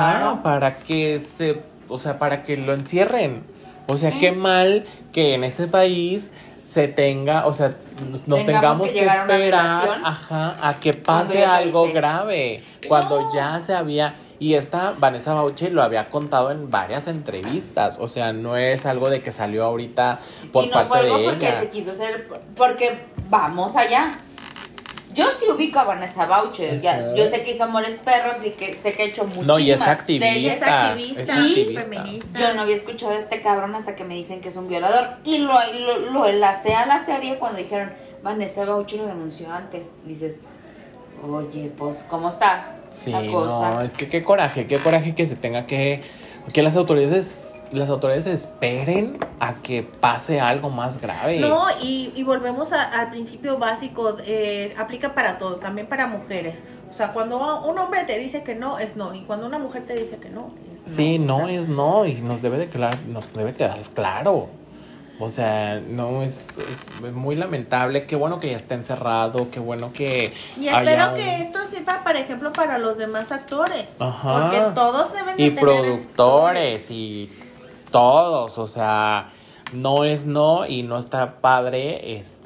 para que lo encierren. O sea, qué mal que en este país se tenga, o sea, nos tengamos que esperar a que pase algo grave. Cuando ya se había. Y esta Vanessa Bauche lo había contado en varias entrevistas. O sea, no es algo de que salió ahorita por parte de ella. Y no fue porque se quiso hacer. Porque vamos allá. Yo sí ubico a Vanessa Bauche. Yo sé que hizo Amores Perros y que sé que ha hecho muchísimas y es activista, series. Es activista. Feminista. Yo no había escuchado de este cabrón hasta que me dicen que es un violador. Y lo enlacé a la serie cuando dijeron Vanessa Bauche lo denunció antes. Dices, oye, pues, ¿cómo está? Sí, no, es que qué coraje que se tenga que las autoridades esperen a que pase algo más grave. No, y volvemos al principio básico, aplica para todo, también para mujeres. O sea, cuando un hombre te dice que no, es no, y cuando una mujer te dice que no, es no. Sí, no, es no, y nos debe quedar claro. O sea, no es muy lamentable. Qué bueno que ya esté encerrado, qué bueno que. Y espero que esto sirva, por ejemplo, para los demás actores. Ajá. Porque todos deben de y tener productores y todos, o sea, no es no y no está padre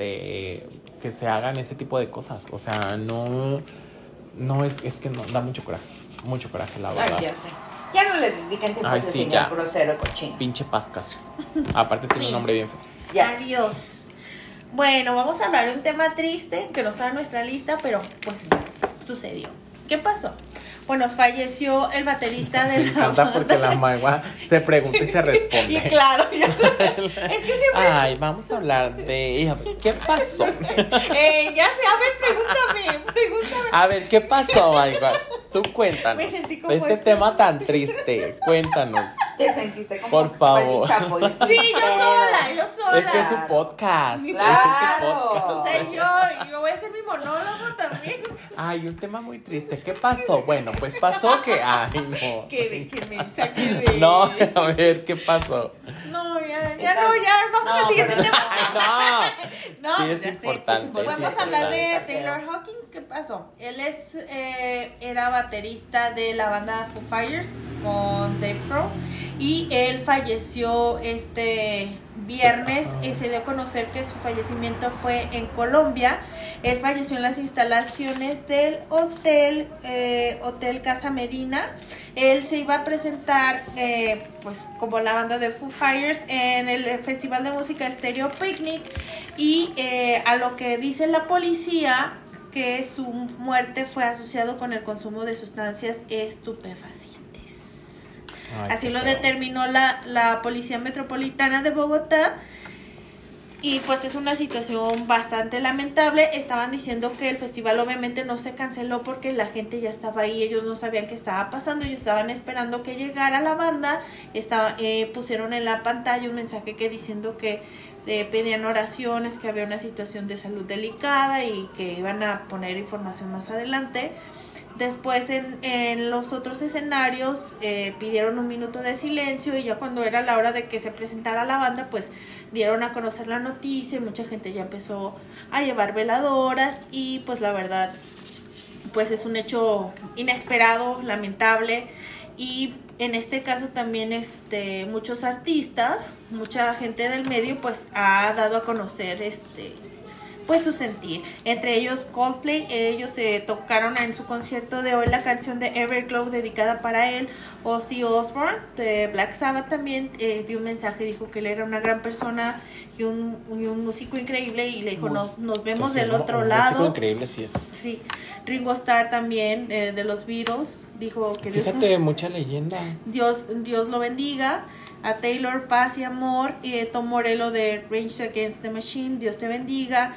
que se hagan ese tipo de cosas. O sea, no es que no da mucho coraje, la verdad. Ay, ya sé. Ya no le dedican tiempo a ese señor grosero cochino. Pinche Pascasio. Aparte tiene un nombre bien feo. Yes. Adiós. Bueno, vamos a hablar de un tema triste que no estaba en nuestra lista, pero pues sucedió. ¿Qué pasó? Bueno, falleció el baterista de Me encanta porque la Magua se pregunta y se responde. Y claro, ya sabes. Es que siempre. Ay, vamos a hablar de. ¿Qué pasó? Ya sé, a ver, pregúntame. A ver, ¿qué pasó, Magua? Tú cuéntanos. Me sentí como este tema tan triste. Cuéntanos. Te sentiste como por favor. Sí, yo sola. Es que es su podcast. Claro. Señor, yo voy a hacer mi monólogo también. Ay, un tema muy triste. ¿Qué pasó? Bueno, pues pasó que. Ay, no. Que me saque de. No, a ver, ¿qué pasó? No, ya, vamos al siguiente tema. Ay, no. No, sí, es importante. Vamos a hablar de Taylor Hawkins. ¿Qué pasó? Él era baterista de la banda Foo Fighters con Dave Grohl y él falleció este viernes y se dio a conocer que su fallecimiento fue en Colombia. Él falleció en las instalaciones del hotel Casa Medina. Él se iba a presentar pues como la banda de Foo Fighters en el Festival de Música Stereo Picnic y a lo que dice la policía que su muerte fue asociado con el consumo de sustancias estupefacientes. Ay, así lo determinó la Policía Metropolitana de Bogotá. Y pues es una situación bastante lamentable. Estaban diciendo que el festival obviamente no se canceló porque la gente ya estaba ahí. Ellos no sabían qué estaba pasando. Ellos estaban esperando que llegara la banda. Pusieron en la pantalla un mensaje diciendo que pedían oraciones, que había una situación de salud delicada y que iban a poner información más adelante. Después en los otros escenarios pidieron un minuto de silencio y ya cuando era la hora de que se presentara la banda pues dieron a conocer la noticia y mucha gente ya empezó a llevar veladoras y pues la verdad pues es un hecho inesperado, lamentable y en este caso también muchos artistas, mucha gente del medio pues ha dado a conocer pues su sentir. Entre ellos Coldplay, ellos tocaron en su concierto de hoy la canción de Everglow dedicada para él. Ozzy Osbourne de Black Sabbath también dio un mensaje, dijo que él era una gran persona y un músico increíble y le dijo nos vemos del otro lado. Músico increíble sí es. Sí, Ringo Starr también de los Beatles dijo que fíjate, mucha leyenda. Dios lo bendiga. a Taylor, paz y amor. Tom Morello de Rage Against the Machine, Dios te bendiga.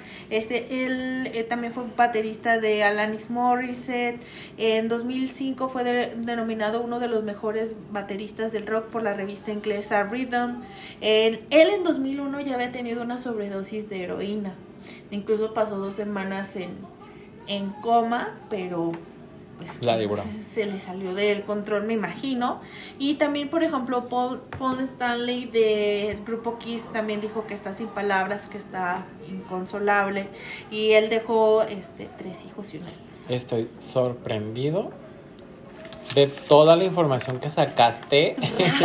Él también fue baterista de Alanis Morissette. En 2005 fue denominado uno de los mejores bateristas del rock por la revista inglesa Rhythm. Él en 2001 ya había tenido una sobredosis de heroína. Incluso pasó 2 semanas en coma, pero pues se le salió del control, me imagino. Y también, por ejemplo, Paul Stanley del grupo Kiss también dijo que está sin palabras, que está inconsolable. Y él dejó 3 hijos y una esposa. Estoy sorprendido de toda la información que sacaste.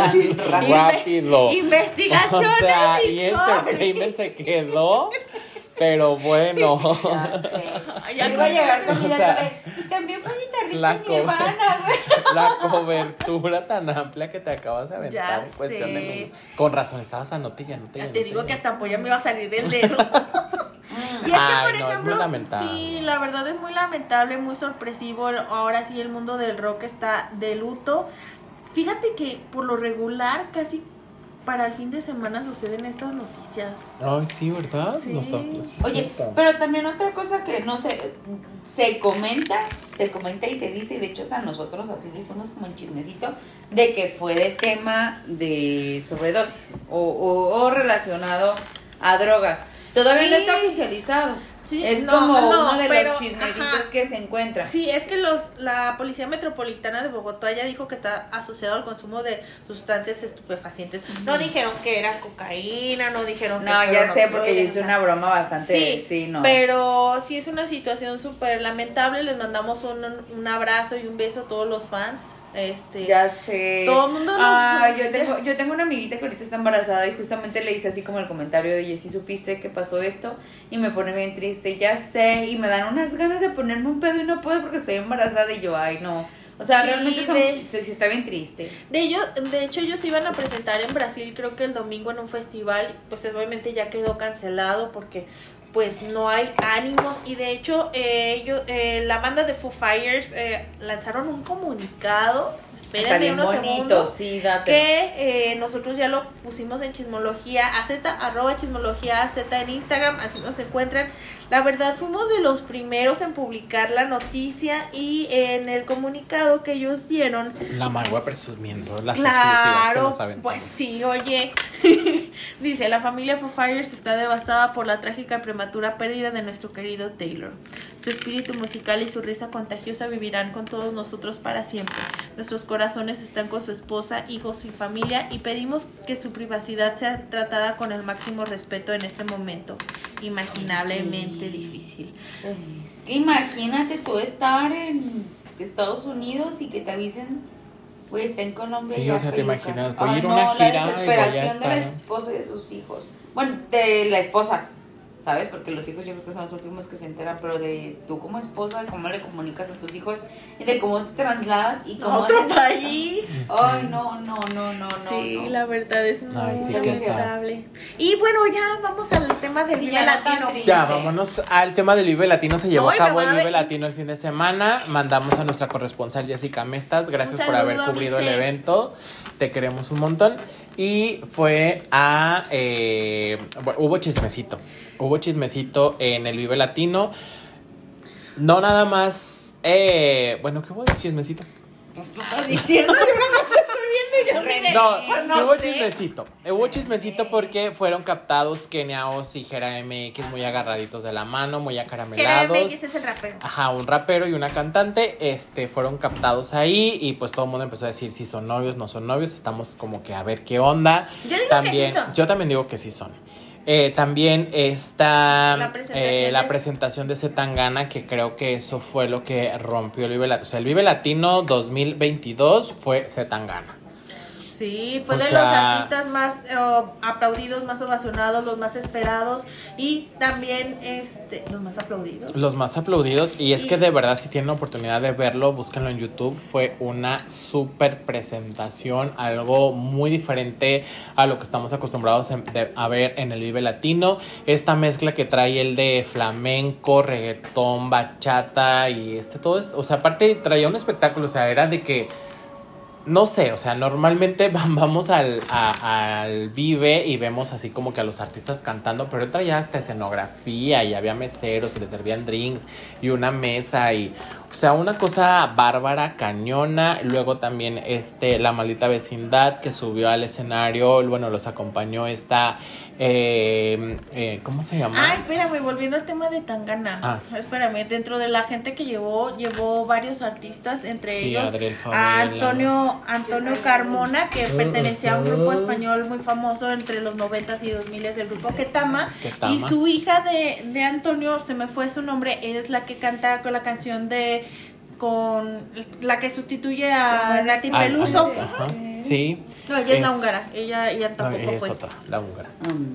Rápido. Investigaciones. O sea, y Entertainment se quedó. Pero bueno. Ya sé. Ya iba a llegar con mi y también fue guitarrista en Nirvana, güey. La cobertura tan amplia que te acabas de aventar. Ya en cuestión de sé. minutos. Con razón, estabas anotilla. Te digo que hasta ampolla me iba a salir del dedo. Y es que, por ejemplo, es muy lamentable. Sí, la verdad es muy lamentable, muy sorpresivo. Ahora sí el mundo del rock está de luto. Fíjate que por lo regular casi para el fin de semana suceden estas noticias. Ay, sí, ¿verdad? Sí. Nosotros, sí, Oye, cierto. pero también otra cosa que no sé, se comenta y se dice, y de hecho hasta nosotros así lo hicimos como en chismecito, de que fue de tema de sobredosis o relacionado a drogas. Todavía Sí. no está oficializado. Sí, es no, como no, uno de pero, los chismecitos ajá. que se encuentran. Sí, es que la Policía Metropolitana de Bogotá ya dijo que está asociado al consumo de sustancias estupefacientes. No dijeron que era cocaína, no dijeron que No, ya fueron sé, porque yo opioides, hice o sea, una broma bastante, sí, no. pero sí es una situación súper lamentable. Les mandamos un abrazo y un beso a todos los fans. Ya sé. Todo el mundo yo tengo una amiguita que ahorita está embarazada y justamente le hice así como el comentario de, oye, ¿sí supiste que pasó esto? Y me pone bien triste, ya sé, y me dan unas ganas de ponerme un pedo y no puedo porque estoy embarazada y yo, ay, no. O sea, Sí, realmente sí está bien triste. De hecho, ellos iban a presentar en Brasil, creo que el domingo en un festival, pues obviamente ya quedó cancelado porque pues no hay ánimos. Y de hecho, la banda de Foo Fighters lanzaron un comunicado. Está Espérenme bien unos bonito, segundos, sí, date. que nosotros ya lo pusimos en Chismología AZ, @Chismología AZ en Instagram, así nos encuentran. La verdad, fuimos de los primeros en publicar la noticia y en el comunicado que ellos dieron. La Magua presumiendo las exclusivas que nos aventamos. Pues sí, oye. Dice, la familia Foo Fighters está devastada por la trágica y prematura pérdida de nuestro querido Taylor. Su espíritu musical y su risa contagiosa vivirán con todos nosotros para siempre. Nuestros corazones están con su esposa, hijos y familia y pedimos que su privacidad sea tratada con el máximo respeto en este momento imaginablemente difícil. Es que imagínate tú estar en Estados Unidos y que te avisen, güey, está en Colombia. Sí, ya o sea, te pelucas. imaginas, voy a Ay, ir a una no, gira y la voy a desesperación de la estar. esposa y de sus hijos. Bueno, de la esposa, ¿sabes? Porque los hijos yo creo que son los últimos que se enteran, pero de tú como esposa, de cómo le comunicas a tus hijos y de cómo te trasladas y cómo ¡Otro haces- país! Ay, no. Sí, no. la verdad es muy Ay, sí, qué sad. lamentable. Y bueno, ya vamos al tema del Sí, Vive ya no tan Latino. triste. Ya, vámonos al tema del Vive Latino. Se llevó a Ay, cabo me el va a Vive ver- Latino el fin de semana. Mandamos a nuestra corresponsal Jessica Mestas. Gracias Un por haber saludo, cubrido el Mixe. evento. Te queremos un montón. Y fue hubo chismecito. Hubo chismecito en el Vive Latino. No nada más. Bueno, ¿qué hubo de chismecito? Estás diciendo, yo no te estoy viendo y yo me No, sí hubo sé. chismecito. Hubo chismecito porque fueron captados Kenia Oz y Jera MX muy agarraditos de la mano, muy acaramelados. Jeremy, ese es el rapero. Ajá, un rapero y una cantante, fueron captados ahí y pues todo el mundo empezó a decir si son novios, no son novios, estamos como que a ver qué onda. Yo digo También, que sí son. yo también digo que sí son. También está La la presentación de Zetangana, que creo que eso fue lo que rompió el Vive Latino. O sea, el Vive Latino 2022 fue Zetangana. Sí, fue O de sea, los artistas más aplaudidos, más ovacionados, los más esperados y también los más aplaudidos. Los más aplaudidos, y es que de verdad si tienen la oportunidad de verlo, búsquenlo en YouTube. Fue una súper presentación, algo muy diferente a lo que estamos acostumbrados a ver en el Vive Latino. Esta mezcla que trae el de flamenco, reggaetón, bachata y todo esto, o sea, aparte traía un espectáculo, o sea, era de que no sé, o sea, normalmente vamos al Vive y vemos así como que a los artistas cantando, pero él traía hasta escenografía y había meseros y le servían drinks y una mesa y, o sea, una cosa bárbara, cañona. Luego también La Maldita Vecindad, que subió al escenario, bueno, los acompañó ¿cómo se llama? Ay, espérame, volviendo al tema de Tangana. Espérame, dentro de la gente que llevó varios artistas, entre ellos a Antonio Carmona, que pertenecía a un grupo español muy famoso entre los 90s y 2000s del grupo Ketama. Y su hija de Antonio, se me fue su nombre, es la que canta con la canción con la que sustituye a Nati Peluso. Sí. No, ella es la húngara. Ella tampoco ella fue. Es otra, la húngara.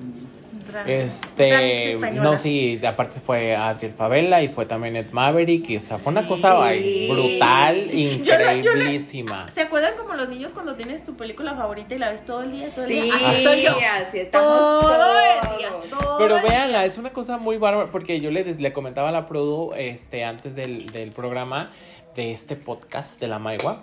Española. No, sí, aparte fue Adriel Favela y fue también Ed Maverick, y, o sea, fue una cosa brutal, increíblísima. ¿Se acuerdan como los niños cuando tienes tu película favorita y la ves todo el día? Sí, así estamos todo el día. Pero véanla, es una cosa muy bárbara, porque yo le comentaba a la produ antes del programa de este podcast de la Maigua.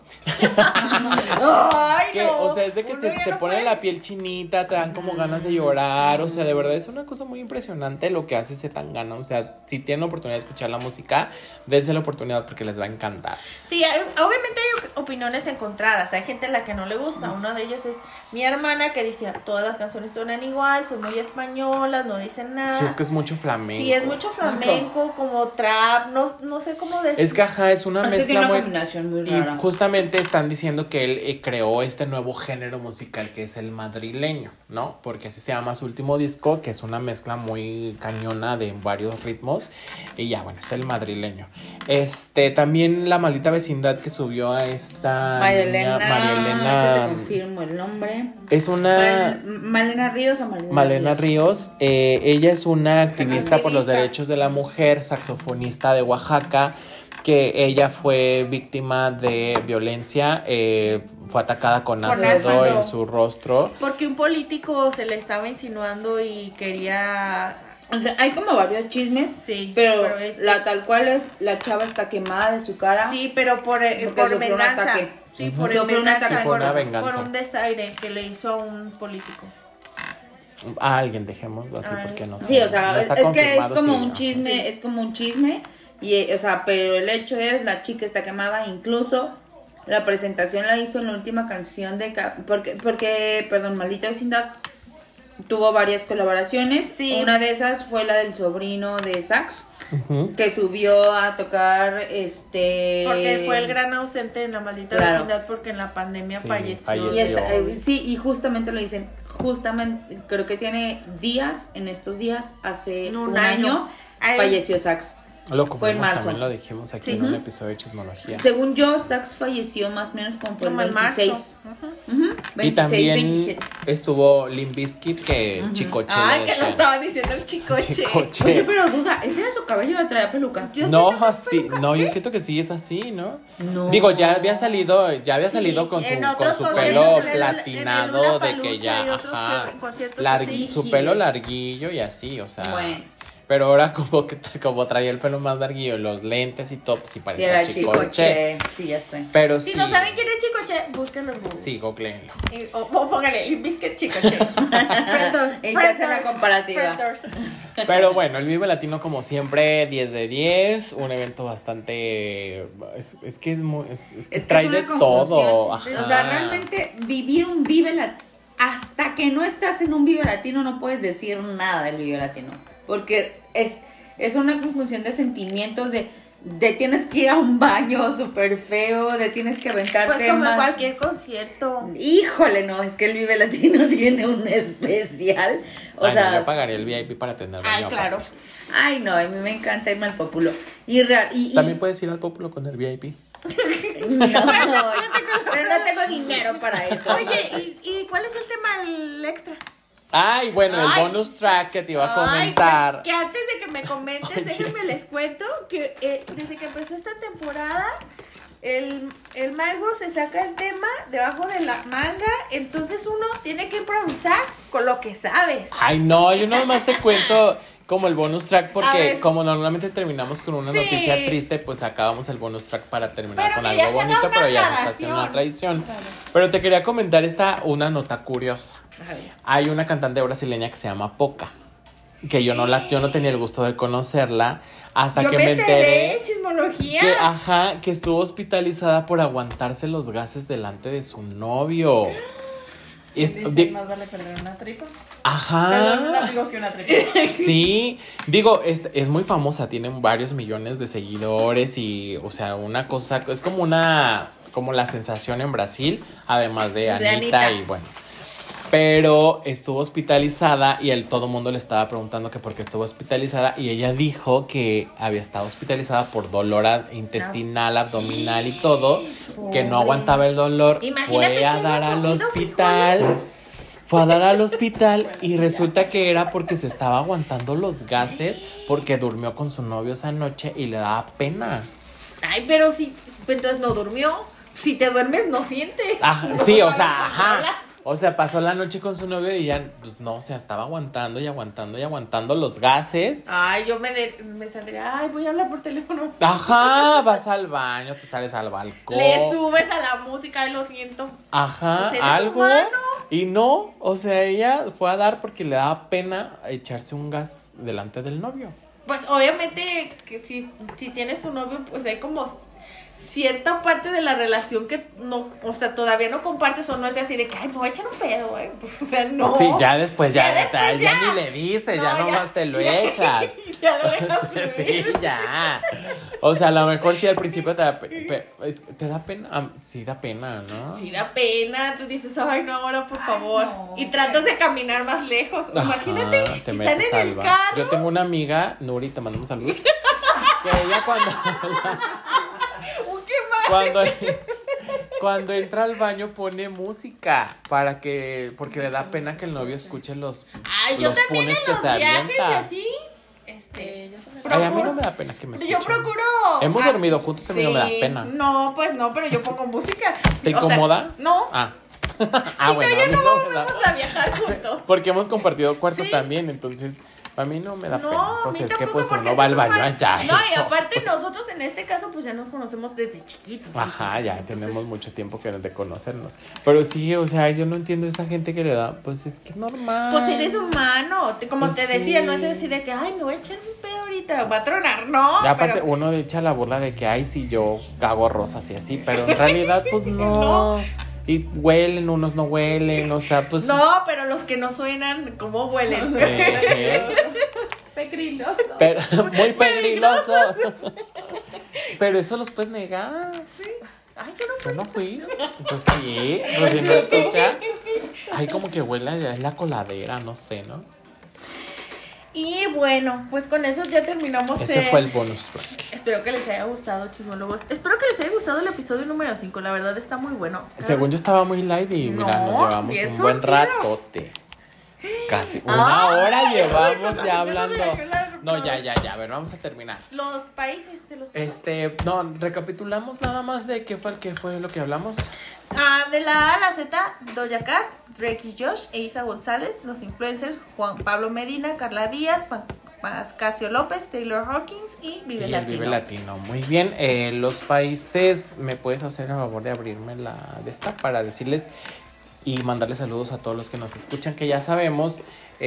Ay, que, no. O sea, es de que te pone la piel chinita, te dan como ganas de llorar. O sea, de verdad es una cosa muy impresionante lo que hace Zetangana. O sea, si tienen la oportunidad de escuchar la música, dense la oportunidad porque les va a encantar. Sí, obviamente hay opiniones encontradas. Hay gente a la que no le gusta. Una de ellas es mi hermana, que dice todas las canciones suenan igual, son muy españolas, no dicen nada. Sí, es que es mucho flamenco. Sí, es mucho flamenco, como trap, no sé cómo decir. Es que es una mezcla tiene una combinación muy rara. Y justamente están diciendo que él creó este nuevo género musical que es el madrileño, ¿no? Porque así se llama su último disco, que es una mezcla muy cañona de varios ritmos. Y ya, bueno, es el madrileño. También La Maldita Vecindad, que subió a esta María Elena, te confirmo el nombre. Es una Malena Ríos o Malena Ríos. Ella es una activista por los derechos de la mujer, saxofonista de Oaxaca, que ella fue víctima de violencia, fue atacada con ácido en su rostro. Porque un político se le estaba insinuando y quería... O sea, hay como varios chismes, sí, pero la tal cual es, la chava está quemada de su cara. Sí, pero por venganza. Sí, por un desaire que le hizo a un político. A alguien, dejémoslo así, porque no sé. Sí, o sea, es que es como un chisme, es como un chisme. Y, o sea, pero el hecho es, la chica está quemada, incluso la presentación la hizo en la última canción de... Porque Maldita Vecindad tuvo varias colaboraciones. Sí. Una de esas fue la del sobrino de Sax, que subió a tocar Porque fue el gran ausente en La Maldita Vecindad, porque en la pandemia falleció. Y justamente lo dicen, creo que tiene en estos días, hace un año, falleció Sax. Fue en marzo. También lo dijimos aquí en un episodio de Chismología. Según yo, Sax falleció más o menos como por el 26. 26, y también 27. Estuvo Limp Bizkit, que Chicoche. Ay, que lo estaban diciendo el Chicoche. Oye, pero duda, ¿ese era su cabello o traía peluca? Yo siento que sí es así, ¿no? No. Digo, ya había salido con su pelo platinado, de que ya, su pelo larguillo y así, o sea. Bueno. Pero ahora como traía el pelo más larguillo, los lentes y tops, y parecía Chicoche. Sí, ya sé. Pero si no saben quién es Chicoche, búsquenlo en Google. Sí, googleenlo. O pónganle el Biscuit Chicoche. Y te hace la comparativa. Pero bueno, el Vive Latino, como siempre, 10 de 10. Un evento bastante... Es que trae de todo. Ajá. O sea, realmente vivir un Vive Latino... Hasta que no estás en un Vive Latino no puedes decir nada del Vive Latino. Porque es una conjunción de sentimientos de tienes que ir a un baño súper feo, de tienes que aventarte pues como cualquier concierto. Híjole, no, es que el Vive Latino tiene un especial. Yo pagaría el VIP para tener baño. Ay, claro. Ay, no, a mí me encanta irme al Pópulo. También puedes ir al Pópulo con el VIP. No, pero no tengo dinero para eso. Oye, ¿y cuál es el tema, el extra? Ay, bueno, el bonus track que te iba a comentar. Que antes de que me comentes, déjenme les cuento que desde que empezó esta temporada, el mago se saca el tema debajo de la manga, entonces uno tiene que improvisar con lo que sabes. Ay, no, yo nada más te cuento como el bonus track A porque ver. como normalmente terminamos con una Sí. noticia triste, pues acabamos el bonus track para terminar Pero con que ya algo se haga bonito, una pero ya se está haciendo una tradición. tradición. Pero te quería comentar una nota curiosa. A ver. Hay una cantante brasileña que se llama Poca, que yo no tenía el gusto de conocerla hasta Yo que me enteré chismología. que estuvo hospitalizada por aguantarse los gases delante de su novio. Dicen, más vale perder una tripa. Ajá. Perdón, un amigo que una tripa. Sí, digo, es muy famosa, tiene varios millones de seguidores y, o sea, una cosa, es como la sensación en Brasil, además de Anita. Y bueno. Pero estuvo hospitalizada y todo el mundo le estaba preguntando que por qué estuvo hospitalizada y ella dijo que había estado hospitalizada por dolor intestinal, abdominal y todo, que no aguantaba el dolor, Imagínate fue a que dar haya al comido hospital. Fue a dar al hospital y resulta que era porque se estaba aguantando los gases porque durmió con su novio esa noche y le daba pena. Ay, pero si entonces no durmió. Si te duermes no sientes. Sí, o sea, ajá. O sea, pasó la noche con su novio y ya, pues no, o sea, estaba aguantando y aguantando y aguantando los gases. Ay, yo me saldría, ay, voy a hablar por teléfono. Ajá, vas al baño, te sales al balcón. Le subes a la música, lo siento. Ajá, Pues eres algo. humano. Y no, o sea, ella fue a dar porque le daba pena echarse un gas delante del novio. Pues obviamente que si tienes tu novio, pues hay como cierta parte de la relación que no, o sea, todavía no compartes o no es de así de que, ay, me voy a echar un pedo, güey. Pues, o sea, no. Sí, ya después, ya ya. ni le dices, No, ya nomás te lo echas. Ya lo dejas Sí, fluir. ya. O sea, a lo mejor sí al principio te da pena. Sí da pena, ¿no? Sí, da pena. Tú dices, ay, no, ahora por favor. no. Y tratas de caminar más lejos. Ajá, Imagínate, te están metes en el al carro. Yo tengo una amiga, Nuri, te mandamos saludos. Que ella cuando entra al baño pone música porque le da pena que el novio escuche los Ay, yo también punes en que los se viajes y avienta. así. Yo también. Ay, a mí no me da pena que me escuchen. Yo procuro. Hemos dormido juntos, a mí no me da pena. No, pues no, pero yo pongo música. ¿Te O sea, incomoda? no. Ah. Sí, Bueno, no, a mí ya no no me da. vamos a viajar juntos. Porque hemos compartido cuarto Sí. también, entonces a mí no me da pena. No, Pues a mí es que tampoco, pues porque uno va al se baño suman. allá. No, y eso. aparte nosotros en este caso pues ya nos conocemos desde chiquitos. Ajá, ya Entonces, tenemos mucho tiempo de conocernos. Pero sí, o sea, yo no entiendo esa gente que le da, pues es que es normal. Pues eres humano, como Pues te decía, sí. no es así de que, ay, me voy a echar un pedo ahorita, va a tronar, no. Y aparte pero- uno echa la burla de que, ay, sí, yo cago rosas y así, pero en realidad, pues no. No. Y huelen, unos no huelen, o sea, pues... No, pero los que no suenan, ¿cómo huelen? Pegriloso. Pero, muy peligroso. Pero eso los puedes negar. Ay, yo no Yo no fui. Pues sí, pues si no escucha. Ay, como que huele, es la coladera, no sé, ¿no? Y bueno, pues con eso ya terminamos. Ese fue el bonus track. Espero que les haya gustado, chismólogos. Espero que les haya gustado el episodio número 5. La verdad está muy bueno. Según yo estaba muy light y mira, No, nos llevamos bien un buen surtido. ratote. Casi una hora Ay, llevamos bueno, ya ya hablando. no regañó la- No, ya, a ver, vamos a terminar. Los países de los No, recapitulamos nada más de qué fue lo que hablamos. de la A a la Z, Doja Cat, Drake y Josh, e Isa González, los influencers, Juan Pablo Medina, Carla Díaz, Pascasio López, Taylor Hawkins y Vive Y el Latino. Vive Latino. Muy bien. Los países, ¿me puedes hacer el favor de abrirme la de esta para decirles y mandarles saludos a todos los que nos escuchan, que ya sabemos,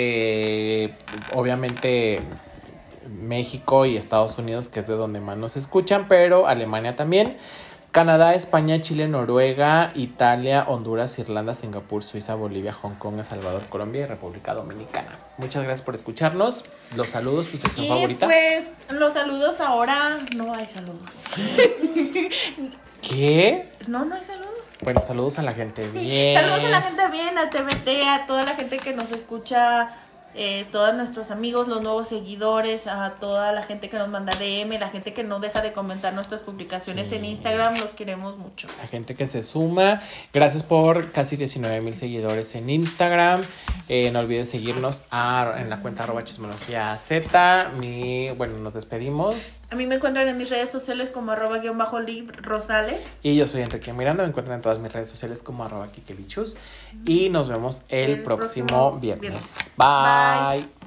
obviamente México y Estados Unidos, que es de donde más nos escuchan, pero Alemania también, Canadá, España, Chile, Noruega, Italia, Honduras, Irlanda, Singapur, Suiza, Bolivia, Hong Kong, El Salvador, Colombia y República Dominicana. Muchas gracias por escucharnos. Los saludos, tu sección Y favorita. pues los saludos ahora, no hay saludos. ¿Qué? No hay saludos. Bueno, saludos a la gente Sí, bien. saludos a la gente bien, al TBT, a toda la gente que nos escucha, todos nuestros amigos, los nuevos seguidores, a toda la gente que nos manda DM, la gente que no deja de comentar nuestras publicaciones Sí. en Instagram, los queremos mucho. La gente que se suma. Gracias por casi 19,000 seguidores en Instagram. No olvides seguirnos en la cuenta @chismologíaz. Bueno, nos despedimos. A mí me encuentran en mis redes sociales como @librosales. Y yo soy Enrique Miranda. Me encuentran en todas mis redes sociales como @kikelichus. Y nos vemos el próximo viernes. Bye.